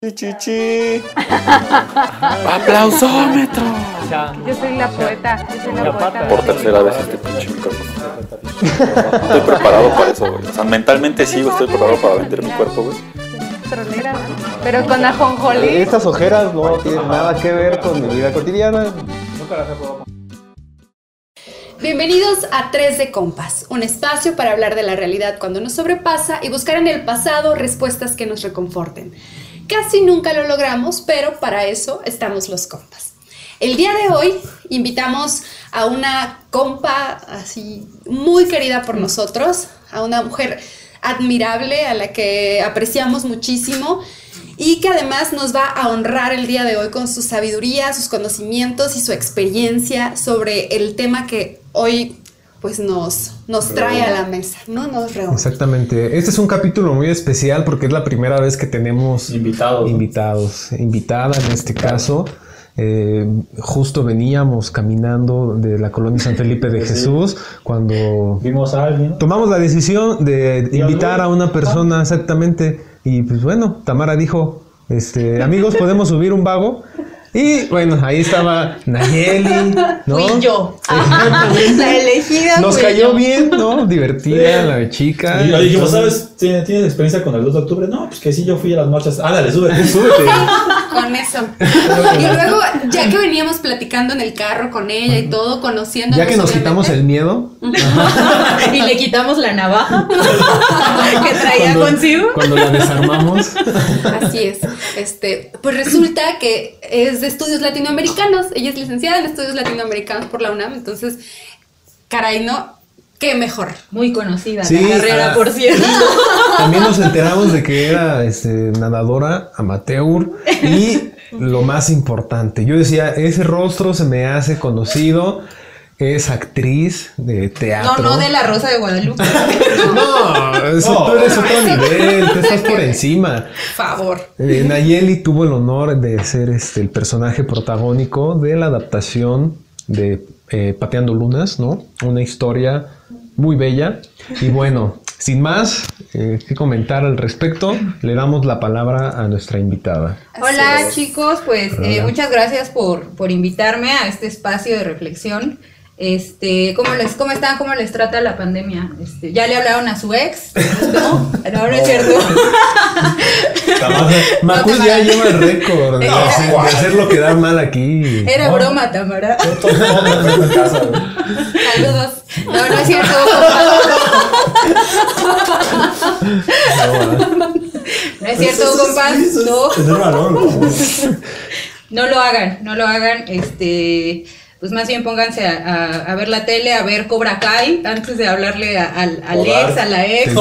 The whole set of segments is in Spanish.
Chichichi. ¡Aplausómetro! Yo soy la poeta. Por tercera vez este pinche micrófono. Estoy preparado para eso, güey. O sea, mentalmente sí, estoy preparado para vender mi cuerpo, güey. Trolera, pero con ajonjolí. Estas ojeras no tienen nada que ver con mi vida cotidiana. Nunca las he probado. Bienvenidos a 3 de Compas, un espacio para hablar de la realidad cuando nos sobrepasa y buscar en el pasado respuestas que nos reconforten. Casi nunca lo logramos, pero para eso estamos los compas. El día de hoy invitamos a una compa así muy querida por nosotros, a una mujer admirable a la que apreciamos muchísimo y que además nos va a honrar el día de hoy con su sabiduría, sus conocimientos y su experiencia sobre el tema que hoy pues nos trae a la mesa, ¿no? Nos reúne. Exactamente. Este es un capítulo muy especial porque es la primera vez que tenemos invitada en este caso. Justo veníamos caminando de la colonia San Felipe de Jesús cuando vimos a alguien, tomamos la decisión de invitar a una persona, exactamente, y pues bueno, Tamara dijo, amigos, ¿podemos subir un vago? Y bueno, ahí estaba Nayeli, ¿no? Fui yo. La elegida. Nos cayó bien, ¿no? Divertida la chica. Y le dijimos, ¿sabes? ¿Tienes experiencia con el 2 de octubre? No, pues que sí, yo fui a las marchas. Dale, súbete. Con eso. Y luego, ya que veníamos platicando en el carro con ella y todo, conociendo. Ya que nos quitamos el miedo. Y le quitamos la navaja que traía consigo. Cuando la desarmamos. Así es. Pues resulta que es de estudios latinoamericanos. Ella es licenciada en estudios latinoamericanos por la UNAM. Entonces, caray, ¿no? Qué mejor. Muy conocida sí, la carrera, por cierto. También nos enteramos de que era nadadora amateur y lo más importante, yo decía, ese rostro se me hace conocido, es actriz de teatro. No de La Rosa de Guadalupe. Tú eres otro nivel, tú estás por encima. Favor. Nayeli tuvo el honor de ser el personaje protagónico de la adaptación de Pateando Lunas, ¿no? Una historia muy bella. Y bueno, sin más que comentar al respecto, le damos la palabra a nuestra invitada. Hola chicos, pues muchas gracias por invitarme a este espacio de reflexión. ¿Cómo están? ¿Cómo les trata la pandemia? ¿Ya le hablaron a su ex? No es cierto. Macul ya lleva el récord de hacerlo quedar mal aquí. Era broma, Tamara. Saludos. No es cierto. No es cierto, compas. No lo hagan. Pues más bien pónganse a ver la tele, a ver Cobra Kai, antes de hablarle al ex, a la ex.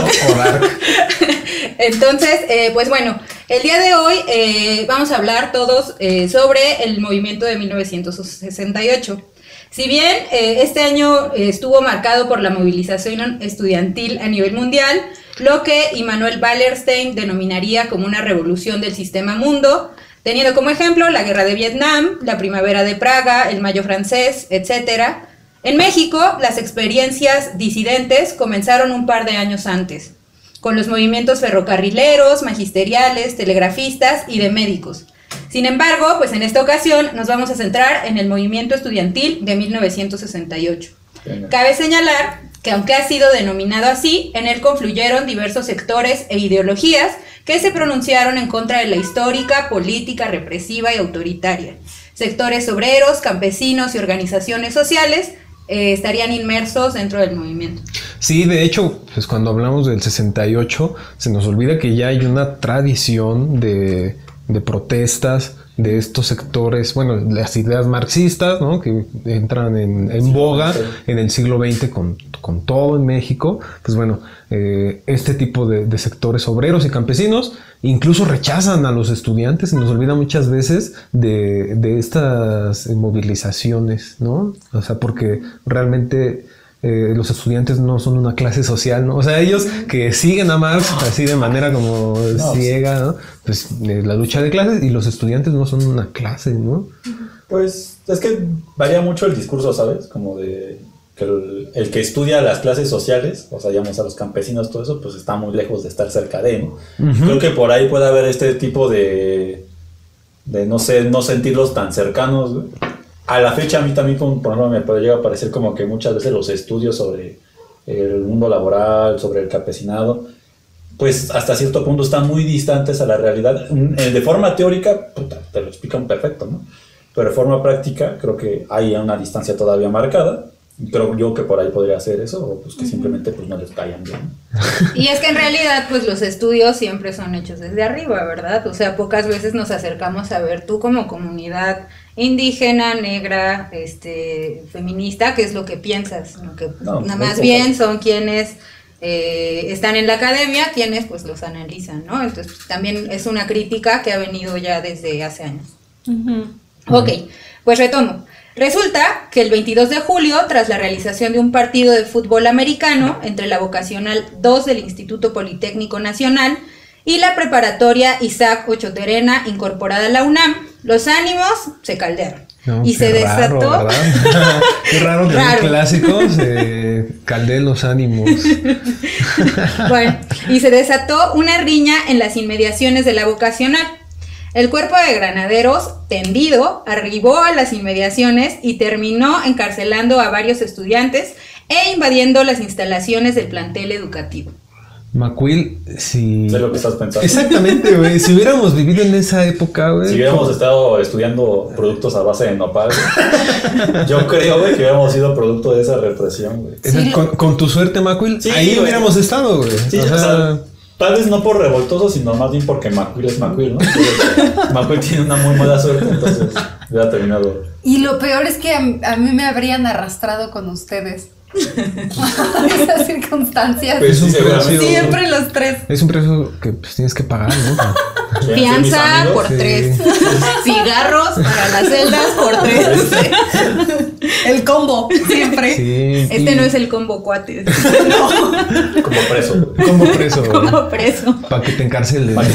Entonces, pues bueno, el día de hoy vamos a hablar todos sobre el movimiento de 1968. Si bien este año estuvo marcado por la movilización estudiantil a nivel mundial, lo que Immanuel Wallerstein denominaría como una revolución del sistema mundo, teniendo como ejemplo la Guerra de Vietnam, la Primavera de Praga, el Mayo francés, etc. En México, las experiencias disidentes comenzaron un par de años antes, con los movimientos ferrocarrileros, magisteriales, telegrafistas y de médicos. Sin embargo, pues en esta ocasión nos vamos a centrar en el movimiento estudiantil de 1968. Cabe señalar que aunque ha sido denominado así, en él confluyeron diversos sectores e ideologías que se pronunciaron en contra de la histórica política represiva y autoritaria. Sectores obreros, campesinos y organizaciones sociales estarían inmersos dentro del movimiento. Sí, de hecho, pues cuando hablamos del 68, se nos olvida que ya hay una tradición de protestas de estos sectores, bueno, las ideas marxistas, ¿no? Que entran en boga en el siglo XX con todo en México. Pues bueno, este tipo de sectores obreros y campesinos incluso rechazan a los estudiantes y nos olvida muchas veces de estas movilizaciones, ¿no? O sea, porque realmente los estudiantes no son una clase social, ¿no? O sea, ellos que siguen a Marx así de manera como ciega, ¿no? Pues la lucha de clases, y los estudiantes no son una clase, ¿no? Pues es que varía mucho el discurso, ¿sabes? Como de que el que estudia las clases sociales, o sea, digamos a los campesinos, todo eso, pues está muy lejos de estar cerca de, ¿no? Creo que por ahí puede haber este tipo de no sé, no sentirlos tan cercanos, güey. A la fecha a mí también, por ejemplo, me llega a parecer como que muchas veces los estudios sobre el mundo laboral, sobre el campesinado, pues hasta cierto punto están muy distantes a la realidad. De forma teórica, puta, te lo explican perfecto, ¿no? Pero de forma práctica creo que hay una distancia todavía marcada. Creo yo que por ahí podría ser eso, o pues que simplemente pues no les caigan bien. Y es que en realidad pues los estudios siempre son hechos desde arriba, ¿verdad? O sea, pocas veces nos acercamos a ver tú como comunidad indígena, negra, feminista, qué es lo que piensas, ¿no? Que No, nada más bien son quienes están en la academia, quienes pues los analizan, ¿no? Entonces también es una crítica que ha venido ya desde hace años. Ok, pues retomo. Resulta que el 22 de julio, tras la realización de un partido de fútbol americano entre la Vocacional 2 del Instituto Politécnico Nacional y la preparatoria Isaac Ochoterena incorporada a la UNAM, los ánimos se caldearon. No, y se desató. Raro, qué raro que los clásicos caldeen los ánimos. Bueno, y se desató una riña en las inmediaciones de la Vocacional. El cuerpo de granaderos, tendido, arribó a las inmediaciones y terminó encarcelando a varios estudiantes e invadiendo las instalaciones del plantel educativo. Macuil, si... Sé lo que estás pensando. Exactamente, güey. Si hubiéramos vivido en esa época, güey. Si hubiéramos estado estudiando productos a base de nopal, yo creo, güey, que hubiéramos sido producto de esa represión, güey. Sí, con tu suerte, Macuil, sí, ahí hubiéramos estado, güey. Sí, o sea, tal vez no por revoltoso, sino más bien porque Macuil es Macuil, ¿no? Macuil tiene una muy mala suerte, entonces hubiera terminado. Y lo peor es que a mí me habrían arrastrado con ustedes. Esas circunstancias. Pues sí, siempre los tres. Es un precio que pues, tienes que pagar, ¿no? Fianza por 3. Cigarros para las celdas por 3. El combo, siempre. Sí, no es el combo cuates. No. Como preso. Como preso. Como preso. Para que te encarcelen. Para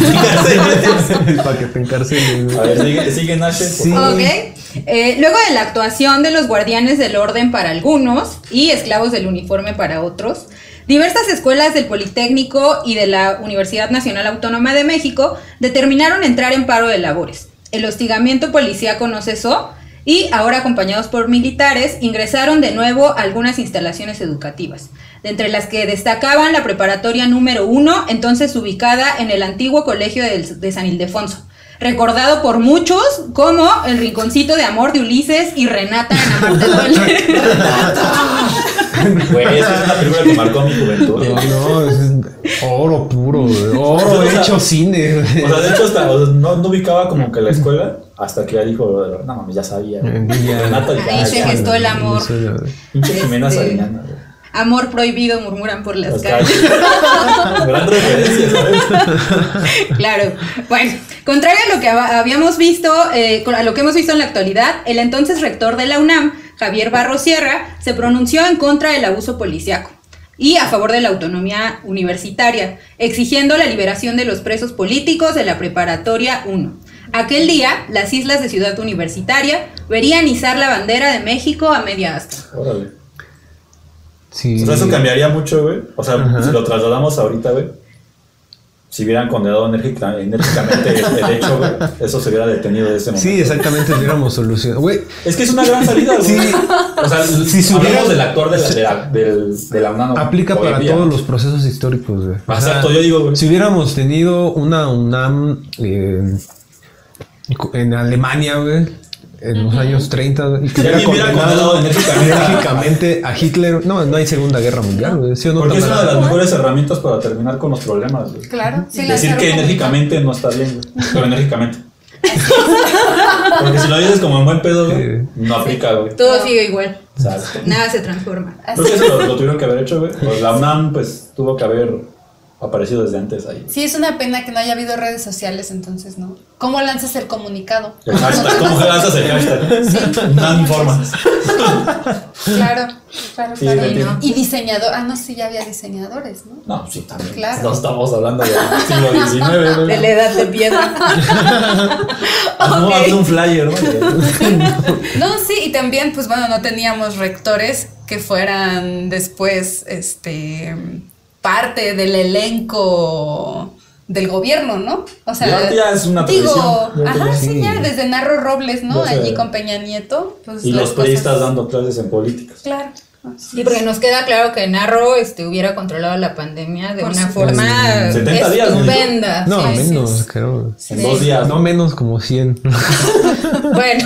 que te encarcelen. A ver, sigue Nache. Sí. Ok. Luego de la actuación de los guardianes del orden para algunos y esclavos del uniforme para otros, diversas escuelas del Politécnico y de la Universidad Nacional Autónoma de México determinaron entrar en paro de labores. El hostigamiento policíaco no cesó y, ahora acompañados por militares, ingresaron de nuevo a algunas instalaciones educativas, de entre las que destacaban la preparatoria número 1, entonces ubicada en el antiguo colegio de San Ildefonso, recordado por muchos como el rinconcito de amor de Ulises y Renata en Amarte Duele. Güey, esa es una película que marcó mi juventud. No, es oro puro, oro hecho cine. O sea, de hecho, hasta no ubicaba como que la escuela, hasta que ya dijo, no mames, ya sabía. Renata, ahí se gestó el amor. Pinche Jimena Sariñana, güey. Amor prohibido murmuran por las calles. Gran referencia, ¿sabes? Claro. Bueno, contrario a lo que habíamos visto, a lo que hemos visto en la actualidad, el entonces rector de la UNAM, Javier Barros Sierra, se pronunció en contra del abuso policiaco y a favor de la autonomía universitaria, exigiendo la liberación de los presos políticos de la preparatoria 1. Aquel día, las islas de Ciudad Universitaria verían izar la bandera de México a media asta. Órale. Sí. O sea, eso cambiaría mucho, güey. O sea, si lo trasladamos ahorita, güey. Si hubieran condenado enérgicamente el hecho, güey, eso se hubiera detenido de ese momento. Sí, exactamente, hubiéramos solucionado. Güey. Es que es una gran salida, güey. Sí. O sea, si hablamos del actor de la UNAM. Aplica para todos los procesos históricos, güey. Exacto, yo digo, güey. Si hubiéramos tenido una UNAM en Alemania, güey, en los años 30, y que hubiera condenado enérgicamente a Hitler. No hay Segunda Guerra Mundial, güey. ¿Sí o no? Porque es una de las mejores herramientas para terminar con los problemas, güey. Claro. Sí, decir que enérgicamente no está bien, güey. Pero enérgicamente. Porque si lo dices como en buen pedo, güey, no aplica, güey. Todo sigue igual. Exacto. Nada se transforma. Creo que eso lo tuvieron que haber hecho, güey. Pues la UNAM, pues, tuvo que haber aparecido desde antes ahí. Sí, es una pena que no haya habido redes sociales, entonces, ¿no? ¿Cómo lanzas el comunicado? El hashtag, ¿cómo lanzas el hashtag? Sí. No informas. Claro. Sí, ¿no? Y diseñador, no, sí, ya había diseñadores, ¿no? No, sí, también. Claro. No estamos hablando del siglo XIX, ¿no? De la edad de piedra. No, hazle un flyer, ¿no? No, sí, y también, pues bueno, no teníamos rectores que fueran después, parte del elenco del gobierno, ¿no? O sea, ya es una digo, tradición. sí, ya, desde Narro Robles, ¿no? Ya sé. Allí con Peña Nieto. Pues, Y las los priistas cosas- dando clases en políticas. Claro. Sí, porque nos queda claro que Narro hubiera controlo la pandemia de Por una supuesto. forma 70 días, ¿no? estupenda. No, Sí, sí, menos, sí. creo. En 2 días. No menos, como 100. Bueno,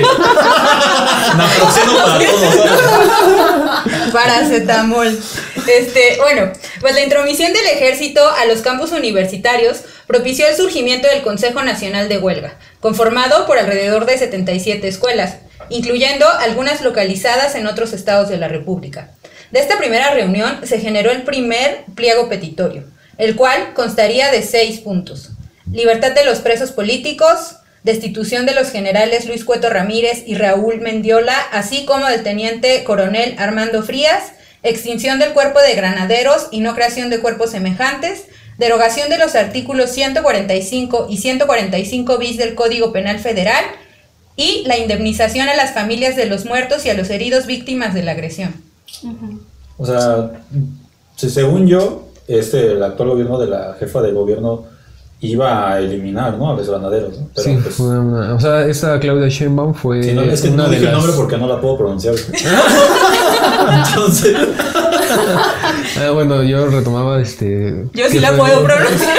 Naproxeno para todos, ¿sabes? paracetamol. Bueno, pues la intromisión del ejército a los campus universitarios propició el surgimiento del Consejo Nacional de Huelga, conformado por alrededor de 77 escuelas, incluyendo algunas localizadas en otros estados de la República. De esta primera reunión se generó el primer pliego petitorio, el cual constaría de 6 puntos: libertad de los presos políticos, destitución de los generales Luis Cueto Ramírez y Raúl Mendiola, así como del teniente coronel Armando Frías, extinción del cuerpo de granaderos y no creación de cuerpos semejantes, derogación de los artículos 145 y 145 bis del Código Penal Federal y la indemnización a las familias de los muertos y a los heridos víctimas de la agresión. O sea, según yo, el actual gobierno de la jefa de gobierno iba a eliminar, ¿no? A los granaderos, ¿no? Pero, Sí, pues, fue una. O sea, esta Claudia Sheinbaum fue sí, no, es que una no de dije el las. nombre porque no la puedo pronunciar. Entonces, Bueno, yo retomaba Yo sí que la fue- puedo pronunciar.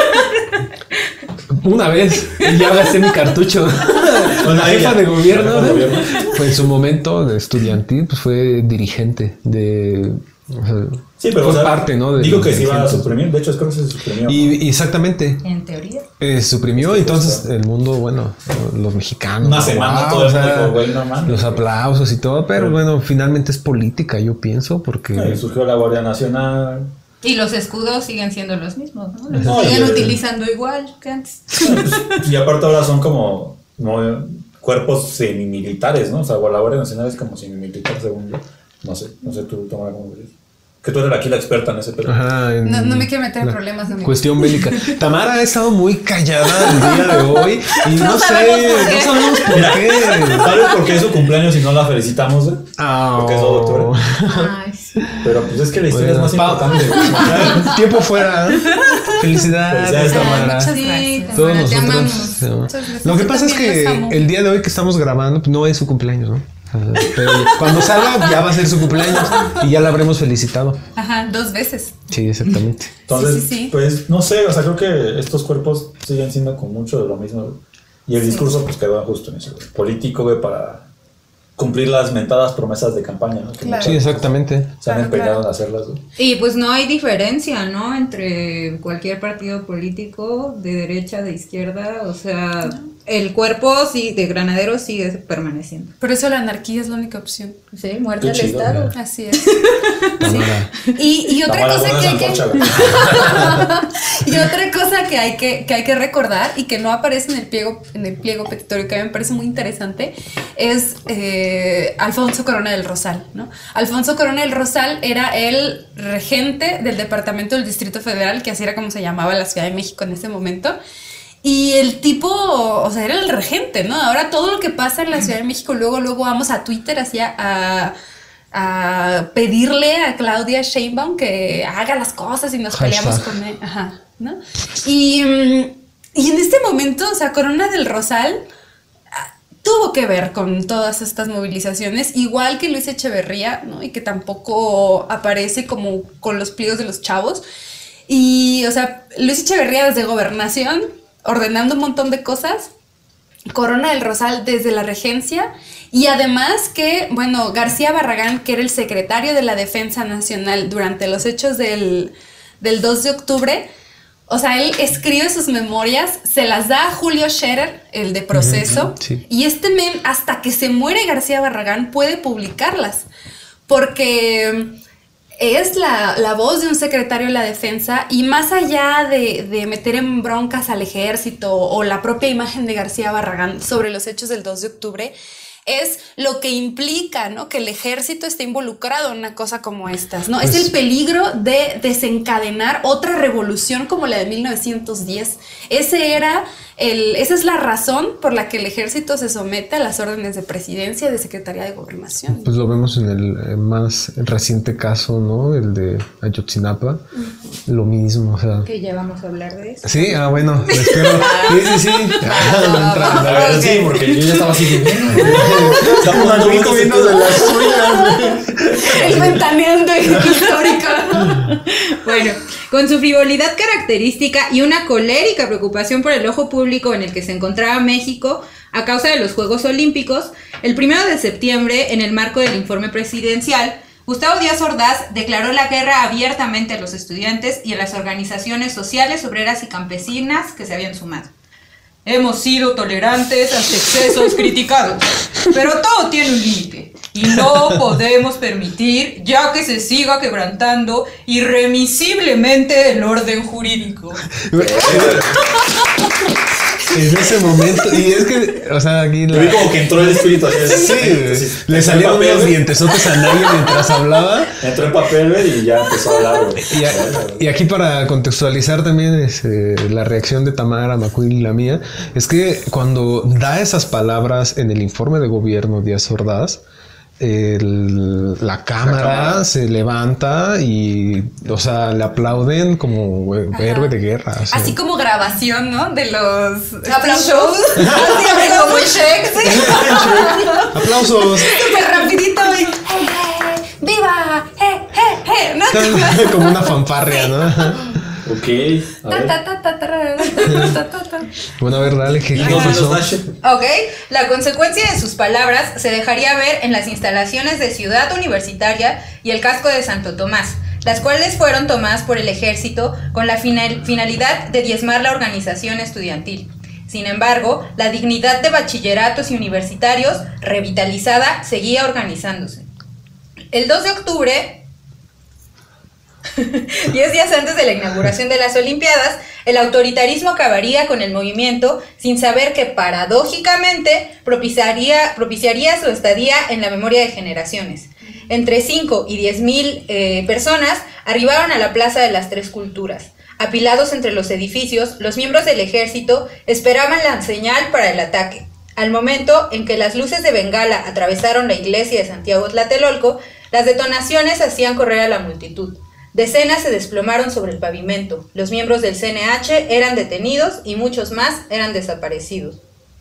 Una vez, ya gasté mi cartucho. La jefa ella, de gobierno, la jefa de gobierno. pues en su momento de estudiantil, pues fue dirigente de. O sea, Sí, pero fue o sea, parte, ¿no? de digo los que se iba a dirigentes. suprimir, de hecho creo que se suprimió. Y exactamente, En teoría. suprimió, y entonces el mundo, bueno, los mexicanos. Una semana todo el mundo dijo, güey, no mames. los aplausos y todo, pero bueno, finalmente es política, yo pienso, porque. Ahí surgió la Guardia Nacional. Y los escudos siguen siendo los mismos, ¿no? Los No, siguen y- utilizando igual que antes. Y aparte ahora son como cuerpos semimilitares, ¿no? O sea, la Guardia Nacional es como semimilitar, según yo. No sé tú, Tamara, ¿cómo ves? Que tú eres aquí la experta en ese pedo. Ajá, en No me quiero meter en la problemas, amigo. cuestión bélica. Tamara ha estado muy callada el día de hoy y no sé, no sabemos por Mira, qué. ¿sabes por qué es su cumpleaños y no la felicitamos, güey? Ah, Porque es doctora. Ay, sí. Pero pues es que la historia Bueno, es más importante, güey. Tiempo fuera. Felicidades, Felicidades, Tamara. Muchas Sí, gracias. Todos Tamara, te nosotros. amamos. ¿no? Muchas gracias. Lo que pasa es Yo también que los amo. el día de hoy que estamos grabando pues, no es su cumpleaños, ¿no? O sea, pero cuando salga ya va a ser su cumpleaños y ya la habremos felicitado. Ajá, 2 veces. Sí, exactamente. Entonces, Sí. pues no sé, o sea, creo que estos cuerpos siguen siendo con mucho de lo mismo, güey. Y el discurso pues quedó justo en eso, güey. Político, güey, para cumplir las mentadas promesas de campaña, ¿no? Que Claro. Sí, exactamente. se han Claro, empeñado claro. en hacerlas, güey. Y pues no hay diferencia, ¿no? Entre cualquier partido político, de derecha, de izquierda, o sea, el cuerpo sí, de granaderos sigue permaneciendo. Por eso la anarquía es la única opción. Sí, muerte Qué al chido, Estado. ¿no? Así es. Tamara. Y otra Tamara, cosa buena que hay que... sancocha, güey. Y otra cosa que hay que recordar y que no aparece en el pliego petitorio, que a mí me parece muy interesante, es Alfonso Corona del Rosal, ¿no? Alfonso Corona del Rosal era el regente del departamento del Distrito Federal, que así era como se llamaba la Ciudad de México en ese momento. Y el tipo, o sea, era el regente, ¿no? Ahora todo lo que pasa en la Ciudad de México, luego vamos a Twitter así a pedirle a Claudia Sheinbaum que haga las cosas y nos peleamos Hashtag. con él. Ajá, ¿no? Y en este momento, o sea, Corona del Rosal tuvo que ver con todas estas movilizaciones, igual que Luis Echeverría, ¿no? Y que tampoco aparece como con los pliegos de los chavos. Y, o sea, Luis Echeverría desde Gobernación, ordenando un montón de cosas, Corona del Rosal desde la regencia, y además que, bueno, García Barragán, que era el secretario de la Defensa Nacional durante los hechos del 2 de octubre, o sea, él escribe sus memorias, se las da a Julio Scherer, el de Proceso, Sí. y este men, hasta que se muere García Barragán, puede publicarlas, porque es la voz de un secretario de la defensa, y más allá de meter en broncas al ejército o la propia imagen de García Barragán sobre los hechos del 2 de octubre, es lo que implica, ¿no?, que el ejército esté involucrado en una cosa como estas, ¿no? Pues, es el peligro de desencadenar otra revolución como la de 1910. Esa es la razón por la que el ejército se somete a las órdenes de presidencia y de Secretaría de Gobernación. Pues lo vemos en el más reciente caso, ¿no? El de Ayotzinapa. Lo mismo, o sea. Que ya vamos a hablar de eso. Sí, bueno, espero. Sí. A ver, sí, porque yo ya estaba así. Estamos dando Marquito vino de las suyas. El ventaneando histórico. Bueno, con su frivolidad característica y una colérica preocupación por el ojo público en el que se encontraba México a causa de los Juegos Olímpicos, el 1 de septiembre, en el marco del informe presidencial, Gustavo Díaz Ordaz declaró la guerra abiertamente a los estudiantes y a las organizaciones sociales, obreras y campesinas que se habían sumado. Hemos sido tolerantes ante excesos criticados, pero todo tiene un límite y no podemos permitir ya que se siga quebrantando irremisiblemente el orden jurídico. En ese momento, y es que, o sea, aquí vi como que entró el espíritu así. Sí, le salieron unos dientesotes a nadie mientras hablaba. Entró en papel y ya empezó a hablar, güey. Y aquí para contextualizar también la reacción de Tamara Macuil y la mía, es que cuando da esas palabras en el informe de gobierno Díaz Ordaz, la cámara se levanta y, o sea, le aplauden como héroe de guerra. O sea. Así como grabación, ¿no? De los aplausos. Así como Shakes. ¡Aplausos! Súper rapidito. ¡Viva! ¿No? Como una fanfarria, ¿no? Ok, a ver. Bueno, a ver, dale, ¿qué pasó? Ok, la consecuencia de sus palabras se dejaría ver en las instalaciones de Ciudad Universitaria y el casco de Santo Tomás, las cuales fueron tomadas por el ejército con la finalidad de diezmar la organización estudiantil. Sin embargo, la dignidad de bachilleratos y universitarios, revitalizada, seguía organizándose. El 2 de octubre... 10 días antes de la inauguración de las Olimpiadas, el autoritarismo acabaría con el movimiento sin saber que paradójicamente propiciaría su estadía en la memoria de generaciones. Entre 5 y 10,000 personas arribaron a la Plaza de las Tres Culturas. Apilados entre los edificios, los miembros del ejército esperaban la señal para el ataque. Al momento en que las luces de Bengala atravesaron la iglesia de Santiago Tlatelolco, las detonaciones hacían correr a la multitud. Decenas se desplomaron sobre el pavimento, los miembros del CNH eran detenidos y muchos más eran desaparecidos.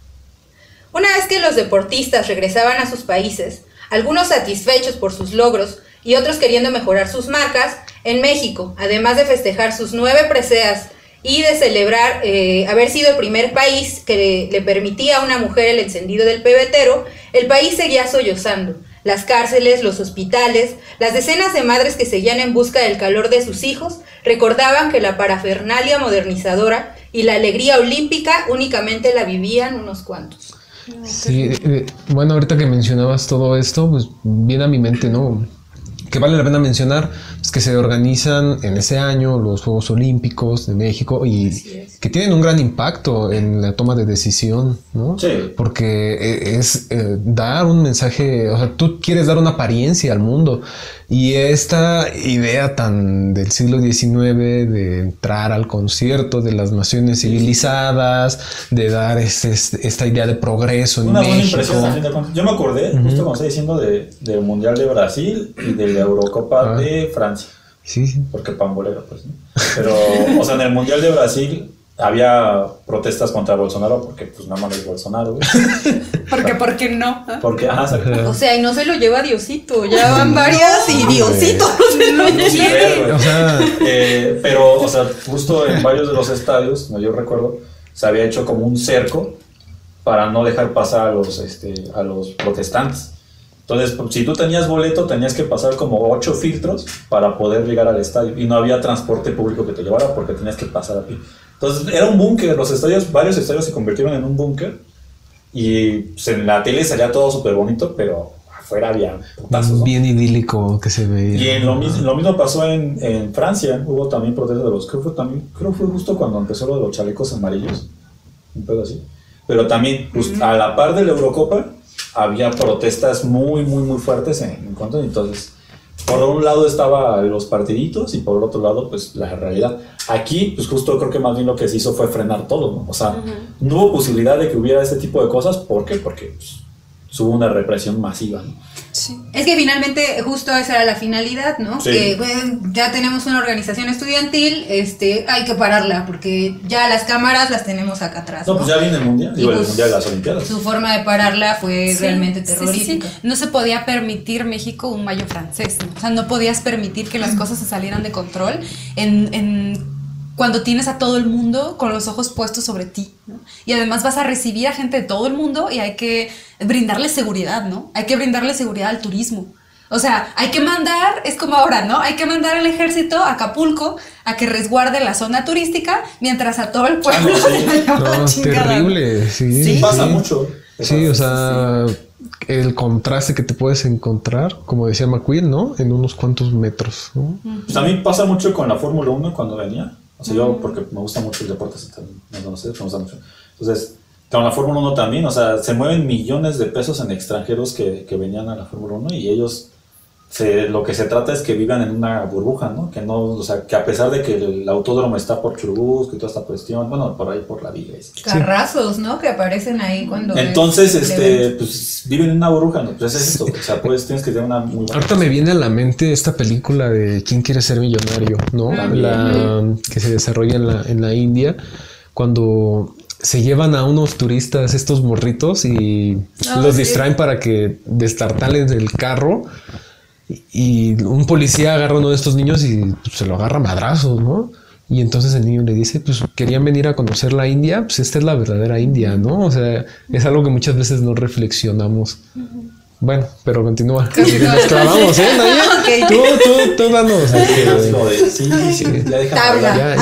Una vez que los deportistas regresaban a sus países, algunos satisfechos por sus logros y otros queriendo mejorar sus marcas, en México, además de festejar sus 9 preseas y de celebrar haber sido el primer país que le permitía a una mujer el encendido del pebetero, el país seguía sollozando. Las cárceles, los hospitales, las decenas de madres que seguían en busca del calor de sus hijos, recordaban que la parafernalia modernizadora y la alegría olímpica únicamente la vivían unos cuantos. Sí, bueno, ahorita que mencionabas todo esto, pues viene a mi mente, ¿no? Que vale la pena mencionar pues, que se organizan en ese año los Juegos Olímpicos de México y que tienen un gran impacto en la toma de decisión, ¿no? Sí. Porque es dar un mensaje, o sea, tú quieres dar una apariencia al mundo y esta idea tan del siglo XIX de entrar al concierto de las naciones civilizadas, de dar esta idea de progreso en una buena México. impresión. Yo me acordé, justo como estoy diciendo, del Mundial de Brasil y de la Eurocopa de Francia. Sí. Porque pambolero, pues, ¿no? Pero, o sea, en el Mundial de Brasil había protestas contra Bolsonaro porque, pues, nada más es Bolsonaro, güey. ¿Por qué no? Porque, O sea, y no se lo lleva Diosito, ya van varias y Diosito no se lo lleva. O sea, pero, o sea, justo en varios de los estadios, no yo recuerdo, se había hecho como un cerco para no dejar pasar a los protestantes. Entonces, si tú tenías boleto, tenías que pasar como 8 filtros para poder llegar al estadio. Y no había transporte público que te llevara porque tenías que pasar a pie. Entonces, era un búnker. Varios estadios se convirtieron en un búnker. Y pues, en la tele salía todo súper bonito, pero afuera había putazos, ¿no? Bien idílico que se veía. Y lo mismo pasó en Francia. Hubo también protestas de los... Creo fue justo cuando empezó lo de los chalecos amarillos. Un pedo así. Pero también, pues, a la par de la Eurocopa, había protestas muy, muy, muy fuertes en contra. Entonces, por un lado estaban los partiditos y por el otro lado, pues, la realidad. Aquí, pues, justo creo que más bien lo que se hizo fue frenar todo, ¿no? O sea, no hubo posibilidad de que hubiera este tipo de cosas. ¿Por qué? Porque, pues, hubo una represión masiva, ¿no? Sí. Es que finalmente justo esa era la finalidad, ¿no? Sí. Que bueno, ya tenemos una organización estudiantil, hay que pararla porque ya las cámaras las tenemos acá atrás, No, ¿no? pues ya viene el Mundial, Y el pues, Mundial de las Olimpiadas. Su forma de pararla fue realmente terrorífica. Sí. No se podía permitir México un mayo francés, ¿no? O sea, no podías permitir que las cosas se salieran de control cuando tienes a todo el mundo con los ojos puestos sobre ti, ¿no? Y además vas a recibir a gente de todo el mundo y hay que brindarle seguridad, ¿no? Hay que brindarle seguridad al turismo. O sea, hay que mandar, es como ahora, ¿no? Hay que mandar al ejército a Acapulco a que resguarde la zona turística mientras a todo el pueblo sí. se le lleva la No, chingada. terrible, sí. Sí. Pasa mucho. Sí, o sea, el contraste que te puedes encontrar, como decía McQueen, ¿no? En unos cuantos metros, ¿no? Pues a mí pasa mucho con la Fórmula 1 cuando venía. O sea, yo, porque me gusta mucho el deporte, no sé, me gusta mucho. Entonces, con la Fórmula 1 también, o sea, se mueven millones de pesos en extranjeros que venían a la Fórmula 1 y ellos, lo que se trata es que vivan en una burbuja, ¿no? Que no, o sea, que a pesar de que el autódromo está por Churubusco y toda esta cuestión, bueno, por ahí por la Viga. Carrazos, ¿no? Que aparecen ahí cuando... Entonces, pues viven en una burbuja, ¿no? Pues es eso, o sea, pues tienes que tener una muy buena... Ahorita me viene a la mente esta película de ¿Quién quiere ser millonario? ¿No? Que se desarrolla en la India, cuando se llevan a unos turistas estos morritos y los distraen para que destartalen del carro. Y un policía agarra a uno de estos niños y pues, se lo agarra a madrazos, ¿no? Y entonces el niño le dice, pues querían venir a conocer la India, pues esta es la verdadera India, ¿no? O sea, es algo que muchas veces no reflexionamos. Bueno, pero continúa. Nos clavamos, ¿eh? Okay. Tú danos. Sí, ya deja Tabla. hablar.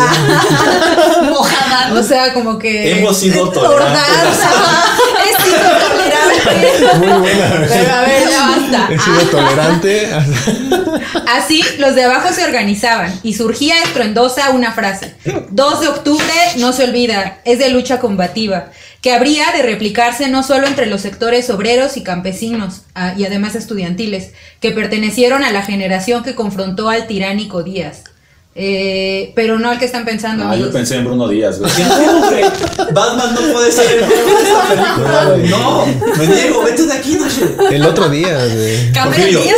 Mojada. O sea, como que... Hemos sido tolerantes. He sido tolerante. Muy buena. Pero a ver, ya basta. He sido tolerante. Así, los de abajo se organizaban y surgía estruendosa una frase. 2 de octubre no se olvida, es de lucha combativa, que habría de replicarse no solo entre los sectores obreros y campesinos, y además estudiantiles, que pertenecieron a la generación que confrontó al tiránico Díaz. Pero no al que están pensando, amigos. Yo pensé en Bruno Díaz, güey. Batman no puede ser el héroe de esta película, güey. No, me niego, vete de aquí, Nacho. El otro día, güey. ¿Cameron Díaz?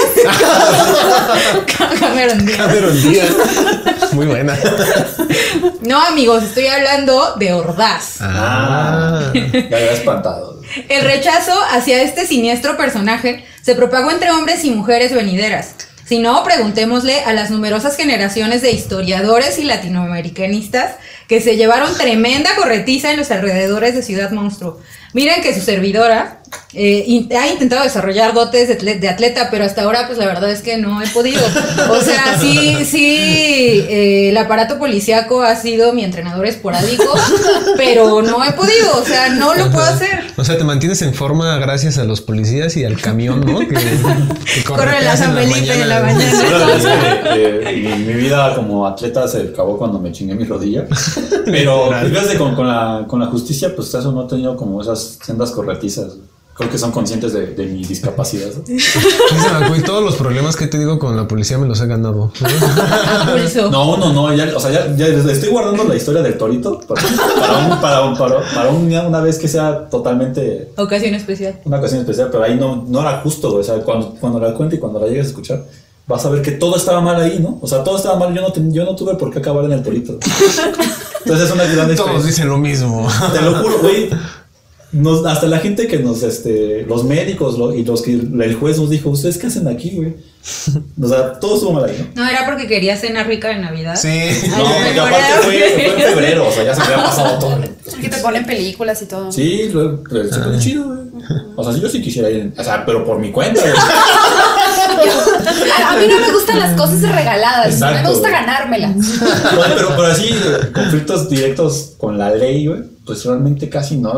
Cameron Díaz. Muy buena. No, amigos, estoy hablando de Ordaz. Ya me había espantado. El rechazo hacia este siniestro personaje se propagó entre hombres y mujeres venideras. Si no, preguntémosle a las numerosas generaciones de historiadores y latinoamericanistas que se llevaron tremenda corretiza en los alrededores de Ciudad Monstruo. Miren que su servidora ha intentado desarrollar dotes de atleta, pero hasta ahora pues la verdad es que no he podido. O sea, sí, el aparato policíaco ha sido mi entrenador esporádico, pero no he podido, o sea, no lo puedo hacer. O sea, te mantienes en forma gracias a los policías y al camión, ¿no? Que corre en la San Felipe en la mañana. Mi vida como atleta se acabó cuando me chingué mi rodilla. Pero fíjate, con la justicia, pues eso no he tenido como esas sendas corretizas. Creo que son conscientes de mi discapacidad. Y todos los problemas que he tenido con la policía me los he ganado. No, o sea, ya estoy guardando la historia del torito para una vez que sea totalmente ocasión especial. Una ocasión especial, pero ahí no era justo, güey. O sea, cuando la cuente y cuando la llegues a escuchar, vas a ver que todo estaba mal ahí, ¿no? O sea, todo estaba mal, yo no tuve por qué acabar en el torito. Entonces es una gran experiencia. Todos dicen lo mismo. Te lo juro, güey. Hasta la gente que los médicos y los que el juez nos dijo, ¿ustedes qué hacen aquí, güey? O sea, todo estuvo mal ahí, ¿no? ¿No era porque quería cena rica de Navidad? Sí. No, porque aparte fue en febrero, o sea, ya se me había pasado todo. Que te ponen películas y todo. Sí, se pone chido, güey. O sea, yo sí quisiera ir, o sea, pero por mi cuenta, güey. A mí no me gustan las cosas regaladas. Exacto, a mí me gusta güey. ganármelas. Pero así, conflictos directos con la ley, güey, pues realmente casi no, güey.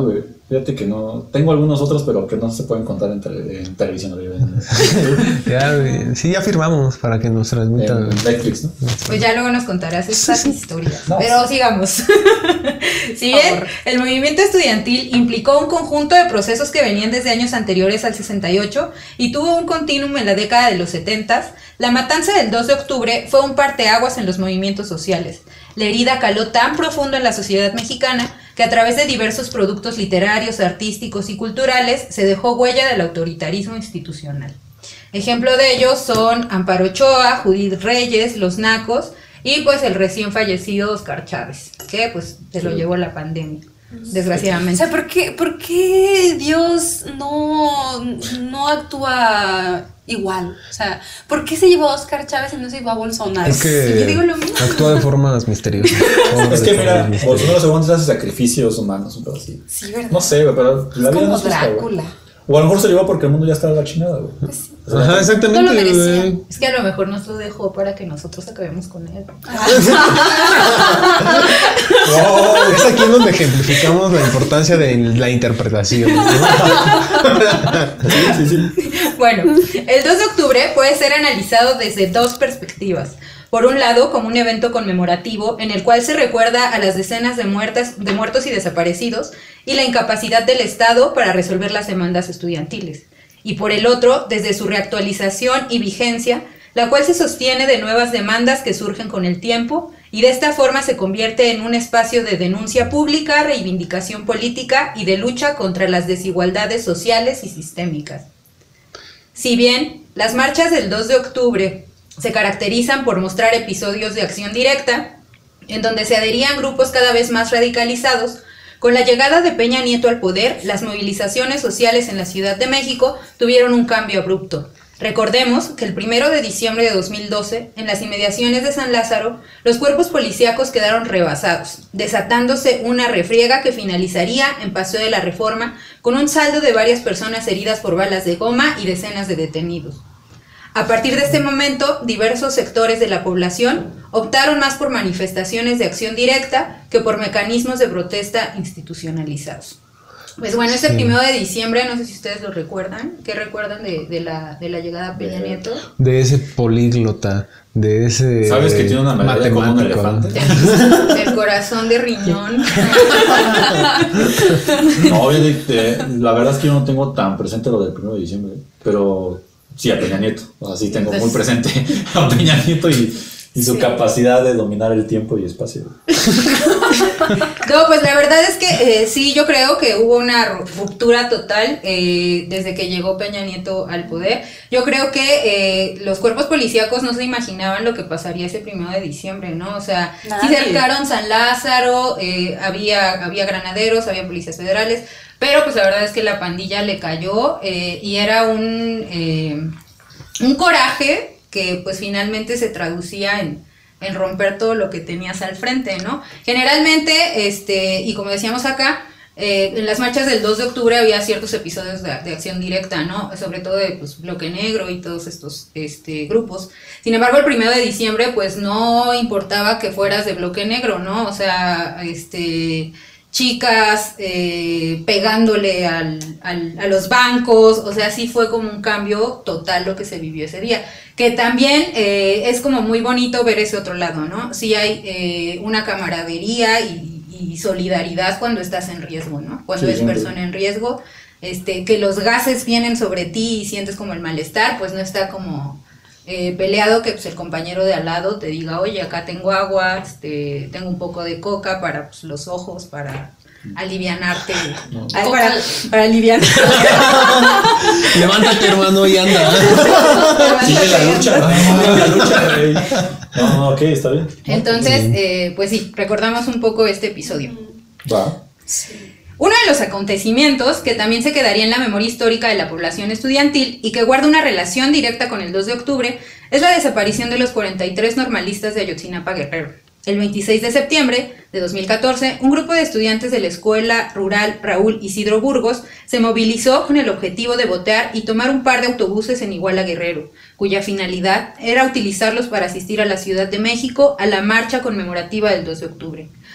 Fíjate que no, tengo algunos otros, pero que no se pueden contar en televisión. Sí, ya firmamos para que nos transmitan. En Netflix, ¿no? Pues ya luego nos contarás estas historias. No. Pero sigamos. Si bien el movimiento estudiantil implicó un conjunto de procesos que venían desde años anteriores al 68 y tuvo un continuum en la década de los 70, la matanza del 2 de octubre fue un parteaguas en los movimientos sociales. La herida caló tan profundo en la sociedad mexicana que a través de diversos productos literarios, artísticos y culturales se dejó huella del autoritarismo institucional. Ejemplo de ellos son Amparo Ochoa, Judith Reyes, Los Nacos y pues el recién fallecido Oscar Chávez, que pues se lo llevó la pandemia, desgraciadamente. O sea, ¿por qué Dios no actúa igual? O sea, ¿por qué se llevó a Oscar Chávez y no se llevó a Bolsonaro? Es que yo digo lo mismo. actúa de formas misteriosas. Es que mira, Bolsonaro según hace sacrificios humanos, un poco así. Sí, ¿verdad? No sé, güey, pero la Es vida como no es justa, güey. Drácula. O a lo mejor se llevó porque el mundo ya estaba a la chingada, güey. Ajá, exactamente. No lo merecía. güey. Es que a lo mejor nos lo dejó para que nosotros acabemos con él. Es aquí donde ejemplificamos la importancia de la interpretación, ¿no? Sí. Bueno, el 2 de octubre puede ser analizado desde dos perspectivas. Por un lado, como un evento conmemorativo en el cual se recuerda a las decenas de muertos y desaparecidos y la incapacidad del Estado para resolver las demandas estudiantiles. Y por el otro, desde su reactualización y vigencia, la cual se sostiene de nuevas demandas que surgen con el tiempo y de esta forma se convierte en un espacio de denuncia pública, reivindicación política y de lucha contra las desigualdades sociales y sistémicas. Si bien las marchas del 2 de octubre se caracterizan por mostrar episodios de acción directa, en donde se adherían grupos cada vez más radicalizados, con la llegada de Peña Nieto al poder, las movilizaciones sociales en la Ciudad de México tuvieron un cambio abrupto. Recordemos que el 1 de diciembre de 2012, en las inmediaciones de San Lázaro, los cuerpos policíacos quedaron rebasados, desatándose una refriega que finalizaría en Paseo de la Reforma con un saldo de varias personas heridas por balas de goma y decenas de detenidos. A partir de este momento, diversos sectores de la población optaron más por manifestaciones de acción directa que por mecanismos de protesta institucionalizados. Pues bueno, este 1 de diciembre, no sé si ustedes lo recuerdan. ¿Qué recuerdan de la llegada a Peña Nieto? De ese políglota, de ese ¿Sabes que tiene una melodía como un elefante? El corazón de riñón. No, la verdad es que yo no tengo tan presente lo del 1 de diciembre, pero sí a Peña Nieto. O sea, sí tengo muy presente a Peña Nieto y su capacidad de dominar el tiempo y espacio. No, pues la verdad es que sí, yo creo que hubo una ruptura total desde que llegó Peña Nieto al poder. Yo creo que los cuerpos policíacos no se imaginaban lo que pasaría ese 1 de diciembre, ¿no? O sea, sí cercaron San Lázaro, había granaderos, había policías federales, pero pues la verdad es que la pandilla le cayó y era un coraje que pues finalmente se traducía en romper todo lo que tenías al frente, ¿no? Generalmente, y como decíamos acá, en las marchas del 2 de octubre había ciertos episodios de acción directa, ¿no? Sobre todo de pues, Bloque Negro y todos estos grupos. Sin embargo, el 1 de diciembre pues no importaba que fueras de Bloque Negro, ¿no? O sea, chicas pegándole a los bancos, o sea, sí fue como un cambio total lo que se vivió ese día, que también es como muy bonito ver ese otro lado, ¿no? Sí hay una camaradería y solidaridad cuando estás en riesgo, ¿no? Cuando eres persona en riesgo, que los gases vienen sobre ti y sientes como el malestar, pues no está como peleado que pues, el compañero de al lado te diga, oye, acá tengo agua, tengo un poco de coca para pues, los ojos, para alivianarte, para alivianarte. Levántate, hermano, y anda. Sigue la lucha, güey. No, ok, está bien. Entonces, pues sí, recordamos un poco este episodio. Va. Sí. Uno de los acontecimientos que también se quedaría en la memoria histórica de la población estudiantil y que guarda una relación directa con el 2 de octubre es la desaparición de los 43 normalistas de Ayotzinapa, Guerrero. El 26 de septiembre de 2014, un grupo de estudiantes de la Escuela Rural Raúl Isidro Burgos se movilizó con el objetivo de botear y tomar un par de autobuses en Iguala, Guerrero, cuya finalidad era utilizarlos para asistir a la Ciudad de México a la marcha conmemorativa del 2 de octubre.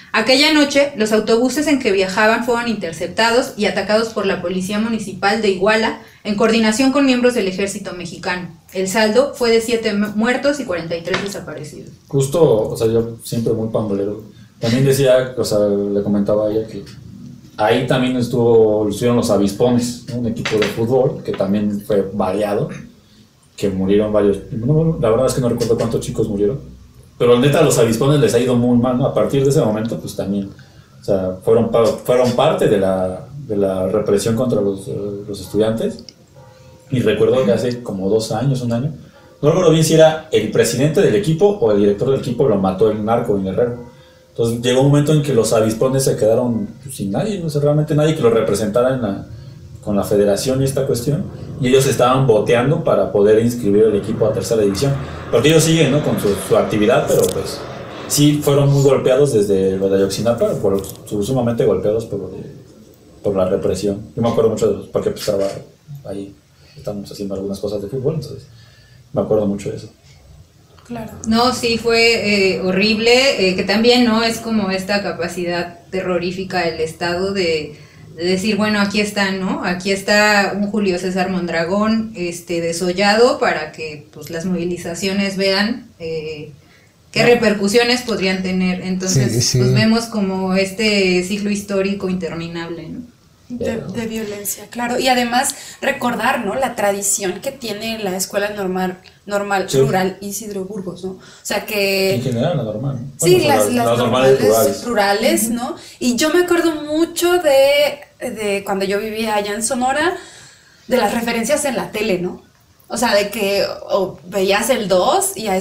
Aquella noche, los autobuses en que viajaban fueron interceptados y atacados por la Policía Municipal de Iguala en coordinación con miembros del Ejército Mexicano. El saldo fue de 7 muertos y 43 desaparecidos. Justo, o sea, yo siempre muy pambolero. También decía, o sea, le comentaba a ella que ahí también estuvieron los Avispones, ¿no? Un equipo de fútbol que también fue variado, que murieron varios. No, la verdad es que no recuerdo cuántos chicos murieron. Pero neta, a los Avispones les ha ido muy mal, ¿no? A partir de ese momento, pues también, o sea, fueron parte de la represión contra los estudiantes. Y recuerdo que hace como 2 años, 1 año, no recuerdo bien si era el presidente del equipo o el director del equipo, lo mató el narco en Guerrero. Entonces llegó un momento en que los Avispones se quedaron pues, sin nadie, no sé, realmente nadie que los representara con la federación y esta cuestión, y ellos estaban boteando para poder inscribir el equipo a 3ª división, porque ellos siguen, ¿no? con su actividad, pero pues sí fueron muy golpeados desde lo de Ayotzinapa, sumamente golpeados por la represión. Yo me acuerdo mucho de eso, porque pues, estaba ahí, estábamos haciendo algunas cosas de fútbol, entonces me acuerdo mucho de eso. Claro. No, sí, fue horrible, que también, ¿no? Es como esta capacidad terrorífica del Estado de decir, bueno, aquí está, ¿no? Aquí está un Julio César Mondragón desollado para que pues las movilizaciones vean qué repercusiones podrían tener. Entonces, sí. pues vemos como este ciclo histórico interminable, ¿no? De violencia, claro. Y además recordar, ¿no? La tradición que tiene la escuela normal sí. Rural Isidro Burgos, ¿no? O sea que... En general, la normal, ¿no? Sí, bueno, las normales rurales, ¿no? Y yo me acuerdo mucho de cuando yo vivía allá en Sonora, de las referencias en la tele, ¿no? O sea, de que veías el 2 y a